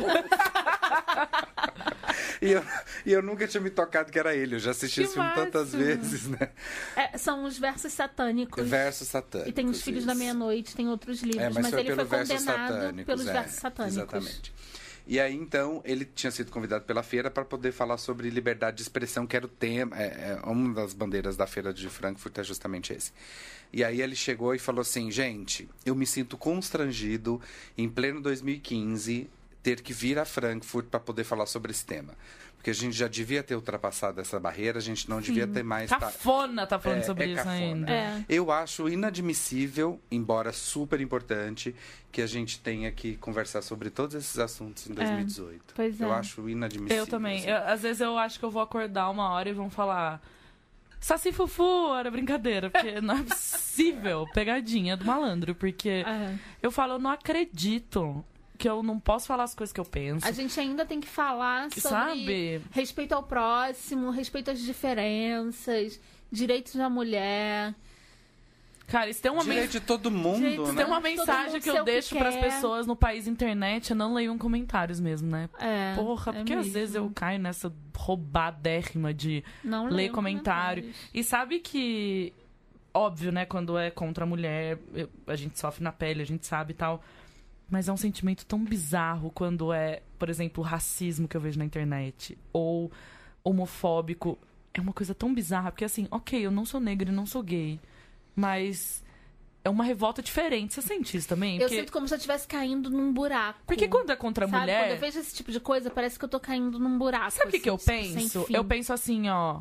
E eu nunca tinha me tocado que era ele. Eu já assisti Que esse filme tantas máximo. vezes, né? São os versos satânicos. Versos satânicos. E tem os Filhos da isso. Meia-Noite, tem outros livros. Mas foi ele foi pelo versos condenado satânicos, pelos versos satânicos. Exatamente. E aí, então, ele tinha sido convidado pela feira para poder falar sobre liberdade de expressão, que era o tema. Uma das bandeiras da feira de Frankfurt é justamente esse. E aí ele chegou e falou assim, gente, eu me sinto constrangido, em pleno 2015, ter que vir a Frankfurt para poder falar sobre esse tema. Porque a gente já devia ter ultrapassado essa barreira, a gente não devia ter mais... Cafona tá falando sobre isso cafona. ainda. Eu acho inadmissível, embora super importante, que a gente tenha que conversar sobre todos esses assuntos em 2018. Pois é. Eu acho inadmissível. Eu também. assim. Às vezes eu acho que eu vou acordar uma hora e vão falar... Saci Fufu, era brincadeira, porque não é possível. Pegadinha do malandro, porque eu falo, eu não acredito que eu não posso falar as coisas que eu penso. A gente ainda tem que falar sobre Sabe? respeito ao próximo, respeito às diferenças, direitos da mulher. Cara, isso tem uma Direito de todo mundo, Direito né? Tem uma Todo mensagem mundo que ser eu o que deixo pras quer. pessoas no país internet, não leiam comentários mesmo, né? É, Porra, é porque às mesmo. vezes eu caio nessa roubadérrima de Não ler leio comentário. comentários. E sabe que, óbvio, né, quando é contra a mulher, a gente sofre na pele, a gente sabe e tal. Mas é um sentimento tão bizarro quando é, por exemplo, o racismo que eu vejo na internet. Ou homofóbico. É uma coisa tão bizarra, porque assim, ok, eu não sou negra e não sou gay. Mas é uma revolta diferente. Você sente isso também? Eu sinto como se eu estivesse caindo num buraco. Porque quando é contra a Sabe? mulher... Quando eu vejo esse tipo de coisa, parece que eu tô caindo num buraco. Sabe o que, assim, que eu sem penso? fim. Eu penso assim, ó.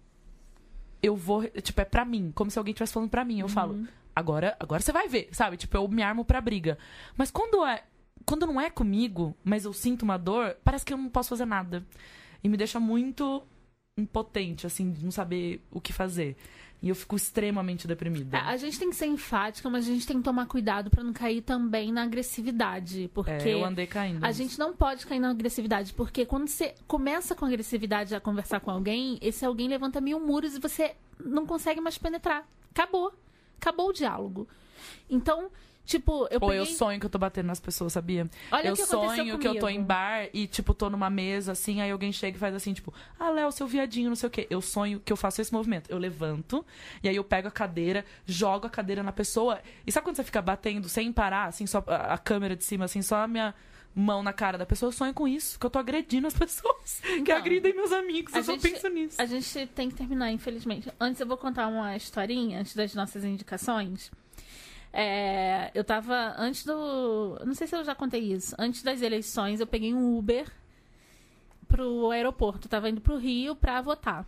Eu vou. Tipo, é pra mim. Como se alguém estivesse falando pra mim. Eu falo, agora você vai ver, sabe? Tipo, eu me armo pra briga. Mas quando não é comigo, mas eu sinto uma dor, parece que eu não posso fazer nada. E me deixa muito impotente, assim, de não saber o que fazer. E eu fico extremamente deprimida. A gente tem que ser enfática, mas a gente tem que tomar cuidado pra não cair também na agressividade. Porque eu andei caindo. a gente não pode cair na agressividade. Porque quando você começa com agressividade a conversar com alguém, esse alguém levanta 1000 muros e você não consegue mais penetrar. Acabou. Acabou o diálogo. Então, tipo, eu Ou peguei... eu sonho que eu tô batendo nas pessoas, sabia? Olha eu o que aconteceu sonho que eu tô comigo. em bar e, tipo, tô numa mesa, assim, aí alguém chega e faz assim, tipo, ah, Léo, seu viadinho, não sei o quê. Eu sonho que eu faço esse movimento. Eu levanto, e aí eu pego a cadeira, jogo a cadeira na pessoa. E sabe quando você fica batendo sem parar, assim, só a câmera de cima, assim, só a minha mão na cara da pessoa? Eu sonho com isso, que eu tô agredindo as pessoas, que Então, agridem meus amigos. Eu só penso nisso. A gente tem que terminar, infelizmente. Antes eu vou contar uma historinha, antes das nossas indicações. Eu tava, antes do... Não sei se eu já contei isso. Antes das eleições, eu peguei um Uber pro aeroporto. Eu tava indo pro Rio pra votar.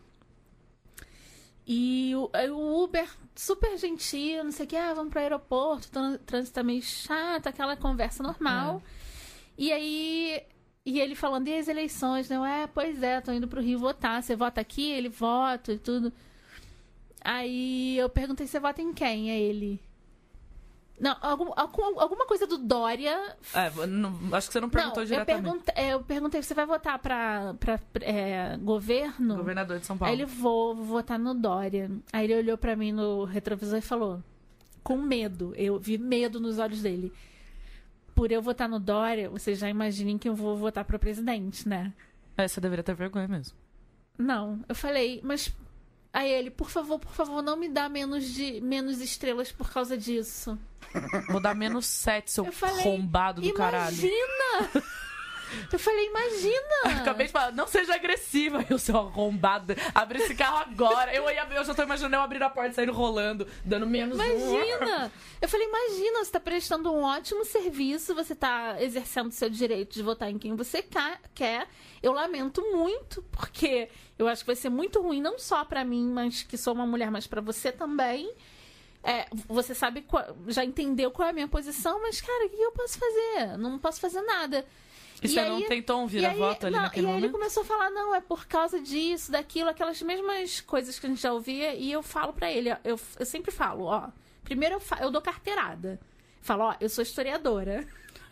E o Uber, super gentil, não sei o que, vamos pro aeroporto, o trânsito tá meio chato, aquela conversa normal. E aí... E ele falando, e as eleições, né? Pois é, tô indo pro Rio votar. Você vota aqui? Ele vota e tudo. Aí eu perguntei, você vota em quem? É ele... Não, alguma coisa do Dória... acho que você não perguntou diretamente. Eu perguntei, você vai votar pra governo? Governador de São Paulo. Aí ele, vou votar no Dória. Aí ele olhou pra mim no retrovisor e falou, com medo, eu vi medo nos olhos dele. Por eu votar no Dória, vocês já imaginem que eu vou votar pra presidente, né? Você deveria ter vergonha mesmo. Não, eu falei, mas... Aí ele, por favor, não me dá menos estrelas por causa disso. Vou dar -7, seu Eu falei, arrombado do caralho. Imagina! Eu falei, imagina! Acabei de falar, não seja agressiva, eu seu arrombado. Abre esse carro agora. Eu já tô imaginando eu abrir a porta e saindo rolando, dando menos Imagina! Eu falei, imagina, você tá prestando um ótimo serviço, você tá exercendo seu direito de votar em quem você quer. Eu lamento muito, porque eu acho que vai ser muito ruim, não só pra mim, mas que sou uma mulher, mas pra você também. Você sabe, já entendeu qual é a minha posição, mas, cara, o que eu posso fazer? Não posso fazer nada. E você não tentou um vira-voto ali naquele momento? E aí ele começou a falar, não, é por causa disso, daquilo, aquelas mesmas coisas que a gente já ouvia. E eu falo pra ele, eu sempre falo, ó. Primeiro eu dou carteirada. Falo, ó, eu sou historiadora.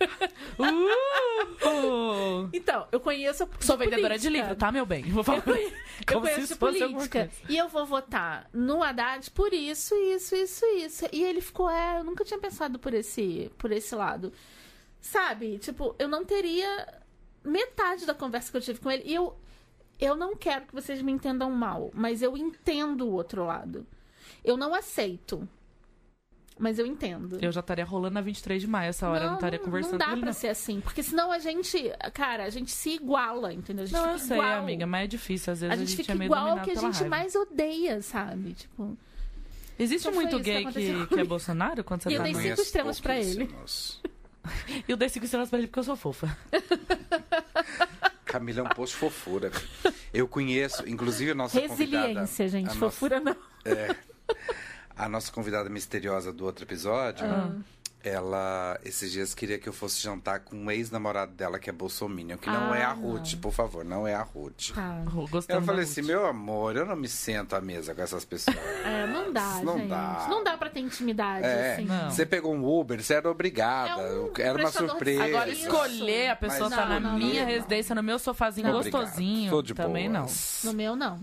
Então, eu conheço Sou vendedora política. de livro, tá, meu bem? Vou falar eu conheço política. E eu vou votar no Haddad por isso. E ele ficou, eu nunca tinha pensado por esse lado. Sabe? Tipo, eu não teria metade da conversa que eu tive com ele. E eu não quero que vocês me entendam mal, mas eu entendo o outro lado. Eu não aceito, mas eu entendo. Eu já estaria rolando na 23 de maio essa hora, eu não estaria conversando com ele. Não dá pra ser assim, porque senão a gente se iguala, entendeu? A gente fica eu sei, igual. amiga, mas é difícil, às vezes a gente fica é meio igual ao dominado que a pela gente raiva. mais odeia, sabe? Tipo... Existe Então foi muito isso que gay aconteceu que é Bolsonaro quando você E eu tá dei no... 5 estrelas pra ele. E eu dei 5 estrelas pra ele porque eu sou fofa. Camila é um posto fofura. Eu conheço, inclusive a nossa Resiliência, convidada... gente. Fofura não. A nossa convidada misteriosa do outro episódio, Ela, esses dias, queria que eu fosse jantar com um ex-namorado dela, que é bolsominion. Que não é a Ruth, por favor, não é a Ruth. Tá. Eu falei assim, meu amor, eu não me sento à mesa com essas pessoas. Não dá, Não gente. dá. Não dá pra ter intimidade, assim. Não. Você pegou um Uber, você era obrigada. Era uma prestador de surpresa. Agora, Isso. escolher a pessoa Mas tá na não, minha não. residência, no meu sofazinho Obrigado. gostosinho. Tô de também boas. No meu, não.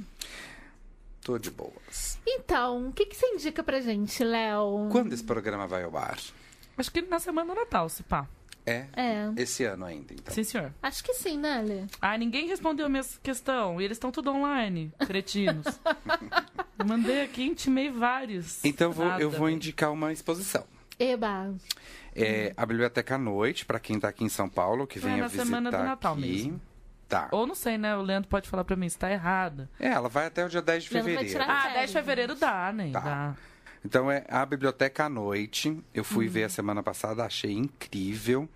Tô de boas. Então, o que você indica pra gente, Léo? Quando esse programa vai ao ar? Acho que na semana do Natal, se pá. É. Esse ano ainda, então. Sim, senhor. Acho que sim, né, Lê? Ah, ninguém respondeu a minha questão. E eles estão tudo online, cretinos. Eu mandei aqui, intimei vários. Então Nada, eu vou velho. indicar uma exposição. Eba. É a Biblioteca à Noite, para quem tá aqui em São Paulo, que Vai venha na visitar semana do Natal aqui. mesmo. Tá. Ou não sei, né? O Leandro pode falar pra mim se tá errada. Ela vai até o dia 10 de Leandro vai fevereiro. tirar- Ah, 10 de fevereiro dá, né? Tá. Dá. Então é a Biblioteca à Noite. Eu fui ver a semana passada, achei incrível.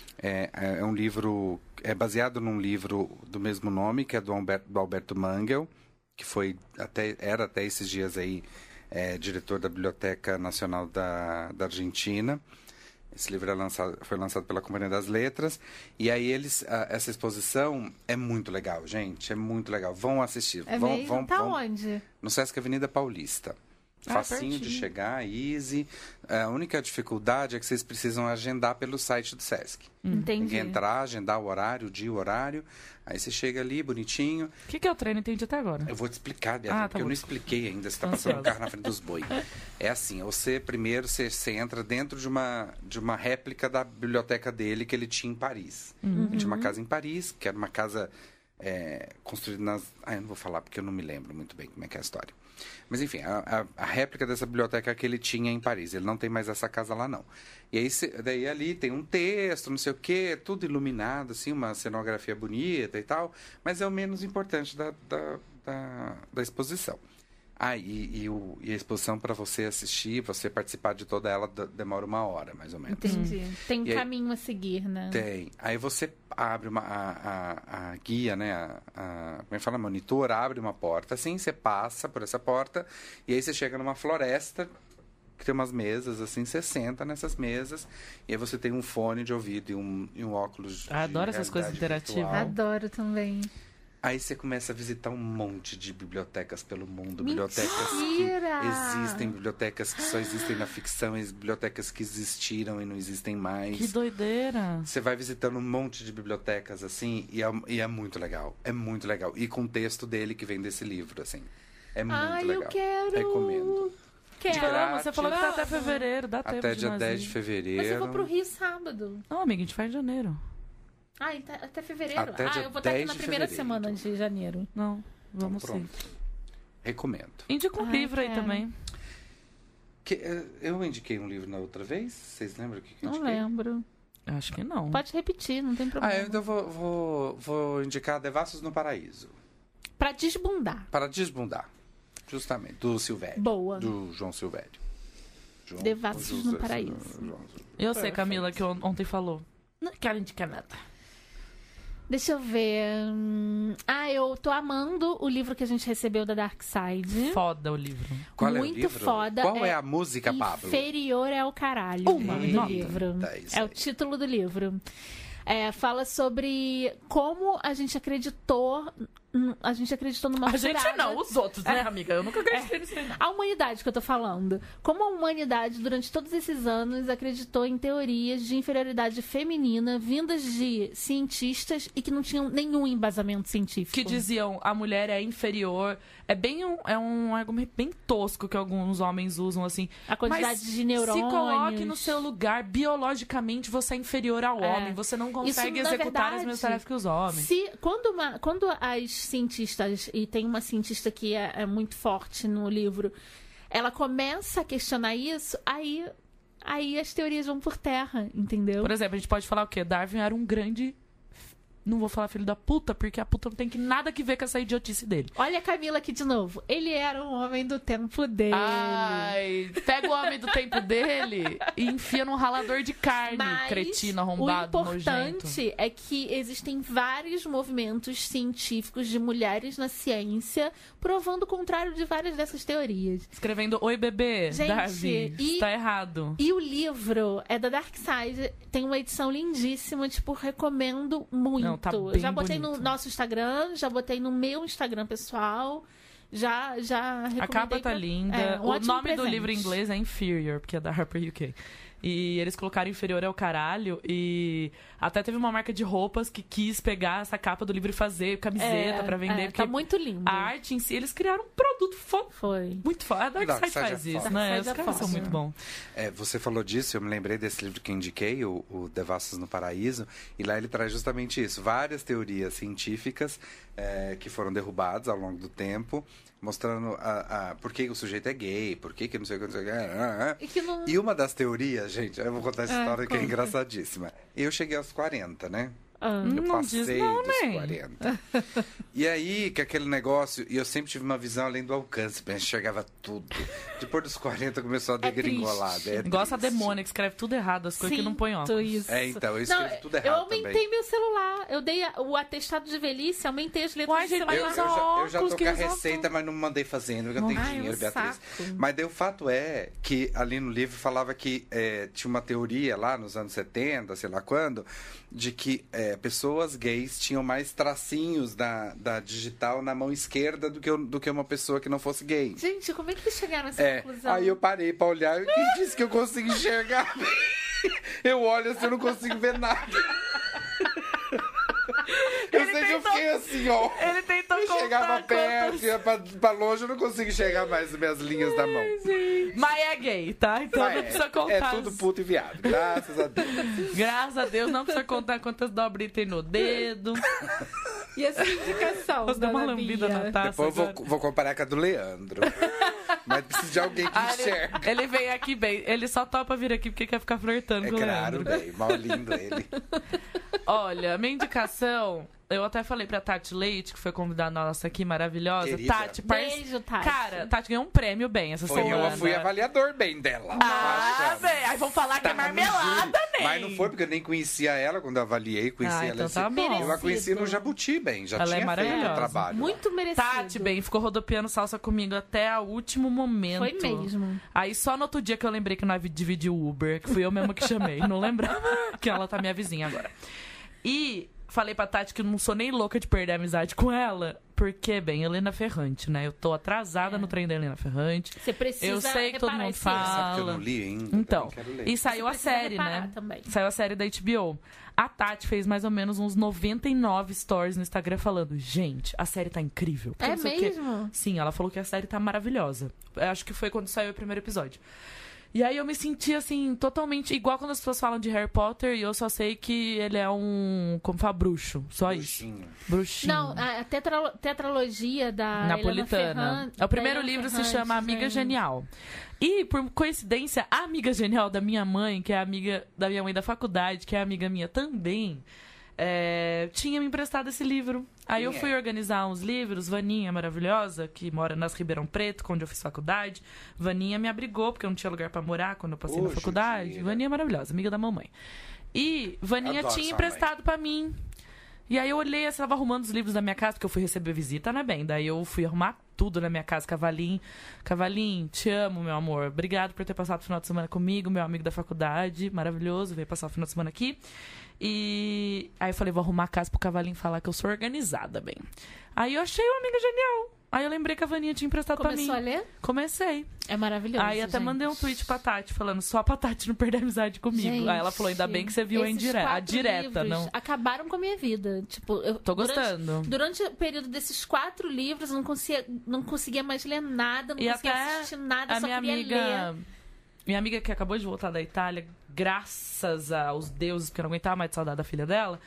É um livro, é baseado num livro do mesmo nome, que é do Alberto Mangel, que era até esses dias aí diretor da Biblioteca Nacional da Argentina. Esse livro foi lançado pela Companhia das Letras. E aí essa exposição é muito legal, gente. É muito legal. Vão assistir. Mesmo? Tá onde? No Sesc Avenida Paulista. Facinho de pertinho. chegar, easy. A única dificuldade é que vocês precisam agendar pelo site do Sesc. Tem Entendi. que entrar, agendar o horário, o dia, o horário. Aí você chega ali, bonitinho. O que é o treino? Entendi até agora. Eu vou te explicar, Beatriz, Ah, tá porque eu bom. não expliquei ainda. Você tá Tô passando o ansiosa. carro na frente dos boi. É assim, primeiro você entra dentro de uma réplica da biblioteca dele que ele tinha em Paris. Ele tinha uma casa em Paris, que era uma casa construída nas... eu não vou falar porque eu não me lembro muito bem como é que é a história. Mas enfim, a réplica dessa biblioteca que ele tinha em Paris. Ele não tem mais essa casa lá, não. E aí, daí ali tem um texto, não sei o quê, tudo iluminado, assim, uma cenografia bonita e tal. Mas é o menos importante da exposição. E a exposição, para você assistir, você participar de toda ela, demora 1 hora, mais ou menos. Entendi. Tem um E aí- caminho a seguir, né? Tem. Aí você abre a guia, né? Como é que fala? Monitor, abre uma porta, assim, você passa por essa porta, e aí você chega numa floresta, que tem umas mesas, assim, você senta nessas mesas, e aí você tem um fone de ouvido e um óculos de Adoro essas coisas realidade interativas. virtual. Adoro também. Aí você começa a visitar um monte de bibliotecas pelo mundo. Mentira! Bibliotecas que existem, bibliotecas que só existem na ficção, e bibliotecas que existiram e não existem mais. Que doideira. Você vai visitando um monte de bibliotecas, assim, e é muito legal. É muito legal. E com o texto dele que vem desse livro, assim. É muito Ai, legal. eu quero. Recomendo. Quero. grátis. Você falou que tá até fevereiro, dá tempo Até de dia nós 10 ir. de fevereiro. Mas eu vou pro Rio sábado. Não, amiga, a gente faz em janeiro. Até fevereiro? Até dia Eu vou estar aqui 10 na de primeira fevereiro. semana de janeiro. Não, vamos Então, sim. pronto. Recomendo. Indica um Ai, livro aí quero. também. Eu indiquei um livro na outra vez? Vocês lembram o que eu Não indiquei? lembro. Acho que não. Pode repetir, não tem problema. Eu então vou indicar Devassos no Paraíso. Pra desbundar. Para desbundar. Justamente. Do Silvério. Boa. Do João Silvério. Devassos no Paraíso. Eu sei, Camila, que ontem falou. Não quero indicar nada. Deixa eu ver. Eu tô amando o livro que a gente recebeu da Dark Side. Foda o livro. Qual é o Muito livro? foda. Qual é a música, Pablo? Inferior é o caralho. O nome do nota. livro. Tá, isso É o aí. título do livro. Fala sobre como a gente acreditou. A gente acreditou numa A gente furada. não, os outros, né, amiga? Eu nunca acreditei nisso aí. não. A humanidade que eu tô falando. Como a humanidade, durante todos esses anos, acreditou em teorias de inferioridade feminina vindas de cientistas e que não tinham nenhum embasamento científico. Que diziam a mulher é inferior. É um argumento bem tosco que alguns homens usam, assim. A quantidade Mas de neurônios. se coloque no seu lugar. Biologicamente, você é inferior ao homem. Você não consegue Isso, na executar as verdade, mesmas tarefas que os homens. Quando as cientistas, e tem uma cientista que é muito forte no livro, ela começa a questionar isso, aí as teorias vão por terra, entendeu? Por exemplo, a gente pode falar o quê? Darwin era um grande... Não vou falar filho da puta, porque a puta não tem nada que ver com essa idiotice dele. Olha a Camila aqui de novo. Ele era um homem do tempo dele. Ai, pega o homem do tempo dele e enfia num ralador de carne, Mas cretino, arrombado, o nojento. importante é que existem vários movimentos científicos de mulheres na ciência provando o contrário de várias dessas teorias. Escrevendo, oi bebê, Gente, Darwin, está errado. E o livro é da Dark Side, tem uma edição lindíssima, tipo, recomendo muito. Não, tá bem já botei bonito. no nosso Instagram, já botei no meu Instagram pessoal, já recomendei. A capa tá pra- linda. É, um O ótimo nome do presente. livro em inglês é Inferior, porque é da Harper UK. E eles colocaram Inferior ao caralho. E até teve uma marca de roupas que quis pegar essa capa do livro e fazer camiseta pra vender. Porque tá muito lindo. a arte em si, eles criaram um produto Foi. muito foda. A Dark Side Dark Side faz é isso, foda. né? Dark Os Side é caras são foda. muito bons. Você falou disso, eu me lembrei desse livro que eu indiquei, o Devassos no Paraíso, e lá ele traz justamente isso, várias teorias científicas que foram derrubadas ao longo do tempo, mostrando por que o sujeito é gay, por que não sei o que, não sei o que. E que não... E uma das teorias, gente, eu vou contar essa história que é conta. engraçadíssima. Eu cheguei aos 40, né? Ah. Eu Não diz passei não, dos nem. 40. E aí, que aquele negócio... E eu sempre tive uma visão além do alcance, eu enxergava tudo. Depois dos 40 começou a degringolar. triste. Gosta a triste. demônia que escreve tudo errado, as coisas que não põe óculos. Isso. Então, eu Não, escrevo tudo errado eu aumentei também. meu celular. Eu dei o atestado de velhice, aumentei as letras Uai, do gente, celular. Eu Mas já óculos tô que com a eles receita, mas não mandei fazendo, porque eu tenho Ai, dinheiro, um Beatriz. saco. Mas daí o fato é que ali no livro falava que tinha uma teoria lá nos anos 70, sei lá quando, de que pessoas gays tinham mais tracinhos da digital na mão esquerda do que uma pessoa que não fosse gay. Gente, como é que eles chegaram a essa conclusão? Aí eu parei pra olhar e quem disse que eu consigo enxergar? Eu olho assim, eu não consigo ver nada. Eu sei que eu fiquei assim, ó. Ele tentou Eu chegava contar perto, quantas- ia pra longe, eu não consigo enxergar mais as minhas linhas da mão. Mas é gay, tá? Então Mas não precisa contar. tudo puto e viado, graças a Deus. Graças a Deus, não precisa contar quantas dobras tem no dedo. E essa indicação? Posso dar uma dona lambida Bia? na taça Depois eu agora? vou comparar com a do Leandro. Mas preciso de alguém que enxerga. Ele vem aqui bem. Ele só topa vir aqui porque quer ficar flertando É com o claro, Leandro. bem, mal lindo ele. Olha, minha indicação... Eu até falei pra Tati Leite, que foi convidada nossa aqui, maravilhosa. Querida. Tati, Beijo, Tati. Cara, Tati ganhou um prêmio bem essa Foi semana. eu fui avaliador bem dela. Ah, Bastante. bem. Aí vão falar que é Tava no marmelada, júri. nem. Mas não foi porque eu nem conhecia ela quando eu avaliei. Conheci Ah, ela então assim. tá bom. Eu a conheci no Jabuti, bem. Já Ela é tinha feito maravilhosa. o trabalho. Muito merecido. Tati, bem, ficou rodopiando salsa comigo até o último momento. Foi mesmo. Aí só no outro dia que eu lembrei que nós dividiu o Uber, que fui eu mesma que chamei. Não lembrava que ela tá minha vizinha agora. E falei pra Tati que eu não sou nem louca de perder a amizade com ela. Porque, bem, Helena Ferrante, né? Eu tô atrasada no trem da Helena Ferrante. Você precisa Eu sei que todo reparar mundo esse erro. fala. Sabe que eu não li ainda? Então, também quero ler. e saiu a precisa série, reparar né? também. Saiu a série da HBO. A Tati fez mais ou menos uns 99 stories no Instagram falando: gente, a série tá incrível. Porque É não sei o quê. mesmo? Sim, ela falou que a série tá maravilhosa. Eu acho que foi quando saiu o primeiro episódio. E aí eu me senti, assim, totalmente... Igual quando as pessoas falam de Harry Potter e eu só sei que ele é um... Como fala? Bruxo. Só isso. Bruxinho. Bruxinho. Não, a tetralogia da Napolitana. O primeiro livro se chama Amiga Genial. E, por coincidência, a amiga genial da minha mãe, que é amiga da minha mãe da faculdade, que é amiga minha também, tinha me emprestado esse livro. Aí eu fui organizar uns livros. Vaninha, maravilhosa, que mora nas Ribeirão Preto, onde eu fiz faculdade. Vaninha me abrigou, porque eu não tinha lugar pra morar quando eu passei na faculdade. Judiaira. Vaninha é maravilhosa, amiga da mamãe. E Vaninha Adoro tinha sua emprestado pra mim. E aí eu olhei, eu tava arrumando os livros da minha casa, porque eu fui receber visita, né, bem? Daí eu fui arrumar tudo na minha casa. Cavalinho, te amo, meu amor. Obrigado por ter passado o final de semana comigo, meu amigo da faculdade, maravilhoso, veio passar o final de semana aqui. E aí eu falei, vou arrumar a casa pro Cavalinho falar que eu sou organizada, bem. Aí eu achei uma amiga genial. Aí eu lembrei que a Vaninha tinha emprestado Começou pra a mim. ler? Comecei. É maravilhoso. Aí até gente. mandei um tweet pra Tati, falando só pra Tati não perder a amizade comigo. Gente, Aí ela falou, ainda bem que você viu a esses a 4 direta, livros não? acabaram com a minha vida. Tipo, eu Tô gostando. Durante o período desses 4 livros, eu não conseguia mais ler nada, não E conseguia até assistir nada, a só minha queria amiga, ler. minha amiga que acabou de voltar da Itália, graças aos deuses, porque eu não aguentava mais de saudade da filha dela,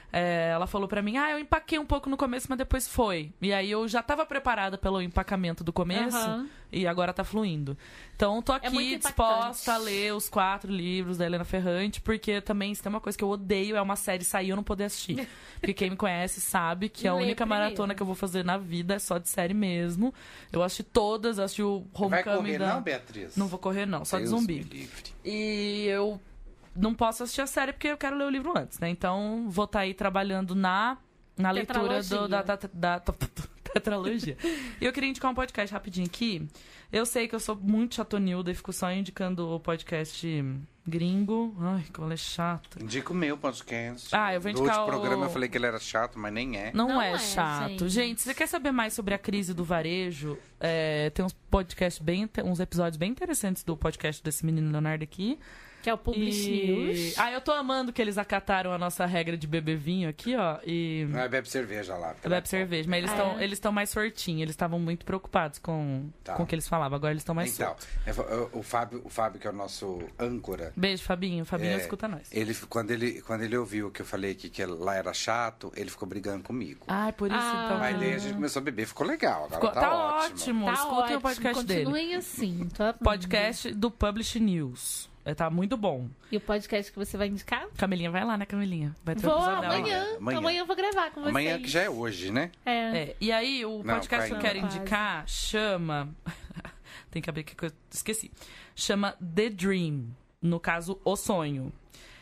ela falou pra mim, eu empaquei um pouco no começo, mas depois foi. E aí eu já tava preparada pelo empacamento do começo e agora tá fluindo. Então tô aqui disposta a ler os 4 livros da Helena Ferrante, porque também se tem uma coisa que eu odeio, é uma série sair e eu não poder assistir. Porque quem me conhece sabe que a única maratona que eu vou fazer na vida é só de série mesmo. Eu assisti todas, assisti o Homecoming. Vai correr não, Beatriz? Não vou correr não, só Deus de zumbi. me livre. E eu não posso assistir a série porque eu quero ler o livro antes, né? Então, vou estar aí trabalhando na leitura da tetralogia. E eu queria indicar um podcast rapidinho aqui. Eu sei que eu sou muito chatonilda e fico só indicando o podcast gringo. Ai, como ele é chato. Indica o meu podcast. Eu vou indicar no último programa eu falei que ele era chato, mas nem é. Não é chato. Gente, se você quer saber mais sobre a crise do varejo, tem uns podcasts uns episódios bem interessantes do podcast desse menino Leonardo aqui. Que é o Publish News. Eu tô amando que eles acataram a nossa regra de beber vinho aqui, ó. Bebe cerveja lá. Bebe cerveja, mas eles estão mais sortinhos. Eles estavam muito preocupados com o que eles falavam. Agora eles estão mais soltos. O Fábio, que é o nosso âncora. Beijo, Fabinho. Fabinho escuta nós. Quando ele ouviu que eu falei que lá era chato, ele ficou brigando comigo. Por isso então. Mas daí a gente começou a beber, ficou legal. Agora tá ótimo. Escutem o podcast dele. Continuem assim. Podcast do Publish News. Tá muito bom. E o podcast que você vai indicar? Camilinha, vai lá, né, Camilinha? Vai ter vou episódio amanhã eu vou gravar com vocês. Amanhã, que já é hoje, né? E aí, o podcast que eu quero indicar chama... Tem que abrir aqui que eu esqueci. Chama The Dream. No caso, O Sonho.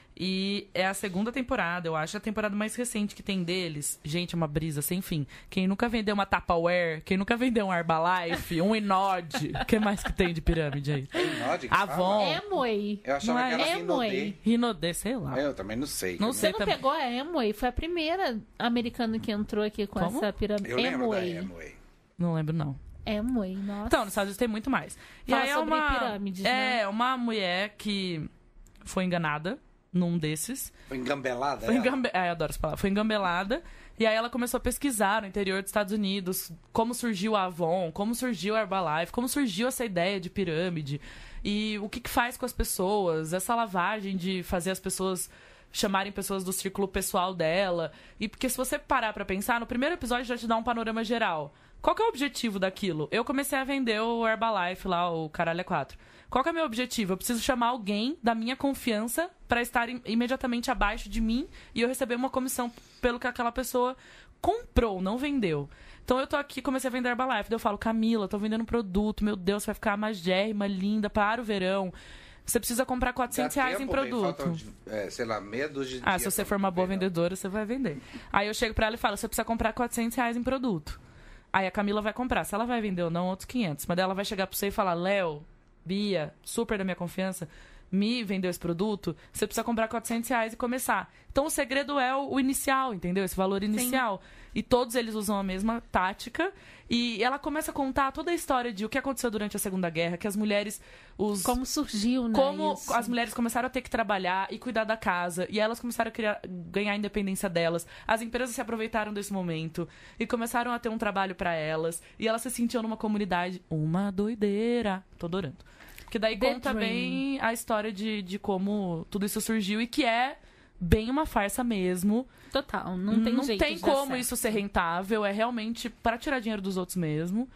E é a 2ª temporada, eu acho a temporada mais recente que tem deles. Gente, é uma brisa sem fim. Quem nunca vendeu uma Tupperware, quem nunca vendeu um Herbalife, um Inod, o que mais que tem de pirâmide aí? É Inod que Avon. Amway. Eu achava que era Rinodê. Rinodê, sei lá. Eu também não sei. Você não pegou a Amway? Foi a primeira americana que entrou aqui com essa pirâmide. Eu lembro da Amway. Não lembro, não. Amway, nossa. Então, nos Estados Unidos tem muito mais. E fala aí sobre pirâmides, né? É, uma mulher que foi enganada num desses. Foi engambelada? Eu adoro essa palavra. Foi engambelada. E aí ela começou a pesquisar no interior dos Estados Unidos como surgiu a Avon, como surgiu a Herbalife, como surgiu essa ideia de pirâmide. E o que faz com as pessoas, essa lavagem de fazer as pessoas chamarem pessoas do círculo pessoal dela. E porque se você parar pra pensar, no primeiro episódio já te dá um panorama geral. Qual que é o objetivo daquilo? Eu comecei a vender o Herbalife lá, o Caralho é 4. Qual que é o meu objetivo? Eu preciso chamar alguém da minha confiança para estar imediatamente abaixo de mim e eu receber uma comissão pelo que aquela pessoa comprou, não vendeu. Então eu tô aqui, comecei a vender Herbalife. Daí eu falo, Camila, tô vendendo um produto, meu Deus, vai ficar magérrima, linda, para o verão. Você precisa comprar R$400 em produto. Sei lá, meia dúzia de dias. Se você for uma boa vendedora, você vai vender. Aí eu chego pra ela e falo, você precisa comprar R$400 em produto. Aí a Camila vai comprar. Se ela vai vender ou não, outros 500. Mas daí ela vai chegar pra você e falar, Léo, Bia, super da minha confiança, me vendeu esse produto, você precisa comprar R$400 e começar. Então o segredo é o inicial, entendeu? Esse valor inicial. Sim. E todos eles usam a mesma tática. E ela começa a contar toda a história de o que aconteceu durante a Segunda Guerra, que as mulheres... Como surgiu, né? Como isso. As mulheres começaram a ter que trabalhar e cuidar da casa. E elas começaram a ganhar a independência delas. As empresas se aproveitaram desse momento e começaram a ter um trabalho para elas. E elas se sentiam numa comunidade. Uma doideira. Tô adorando. Que daí conta bem a história de como tudo isso surgiu e que é bem uma farsa mesmo. Total, não tem jeito. Não tem como isso ser rentável, é realmente para tirar dinheiro dos outros mesmo.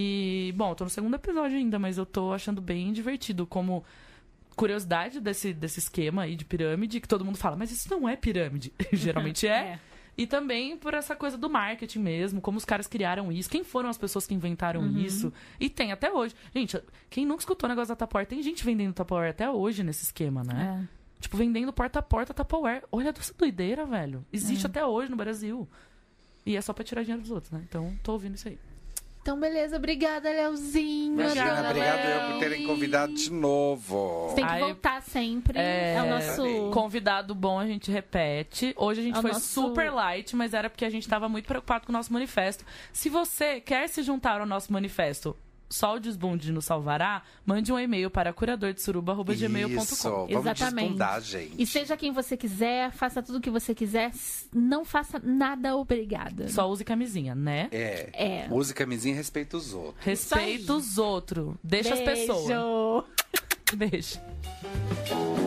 E, bom, eu tô no 2º episódio ainda, mas eu tô achando bem divertido como curiosidade desse esquema aí de pirâmide, que todo mundo fala, mas isso não é pirâmide. Geralmente é. E também por essa coisa do marketing mesmo, como os caras criaram isso, quem foram as pessoas que inventaram isso. E tem até hoje. Gente, quem nunca escutou o negócio da Tupperware, tem gente vendendo Tupperware até hoje nesse esquema, né? Tipo, vendendo porta a porta Tupperware. Olha essa doideira, velho. Existe até hoje no Brasil. E é só pra tirar dinheiro dos outros, né? Então, tô ouvindo isso aí. Então, beleza. Obrigada, Leozinho. Imagina, obrigado eu por terem convidado de novo. Você tem que voltar sempre. É o nosso... Convidado bom, a gente repete. Hoje a gente foi super light, mas era porque a gente tava muito preocupado com o nosso manifesto. Se você quer se juntar ao nosso manifesto, Só o Desbunde nos salvará, mande um e-mail para curadordesuruba@gmail.com. Isso, vamos desbundar, gente. E seja quem você quiser, faça tudo o que você quiser, não faça nada obrigada. Só use camisinha, né? Use camisinha e respeita os outros. Respeita os outros. Deixa as pessoas. Beijo. Beijo.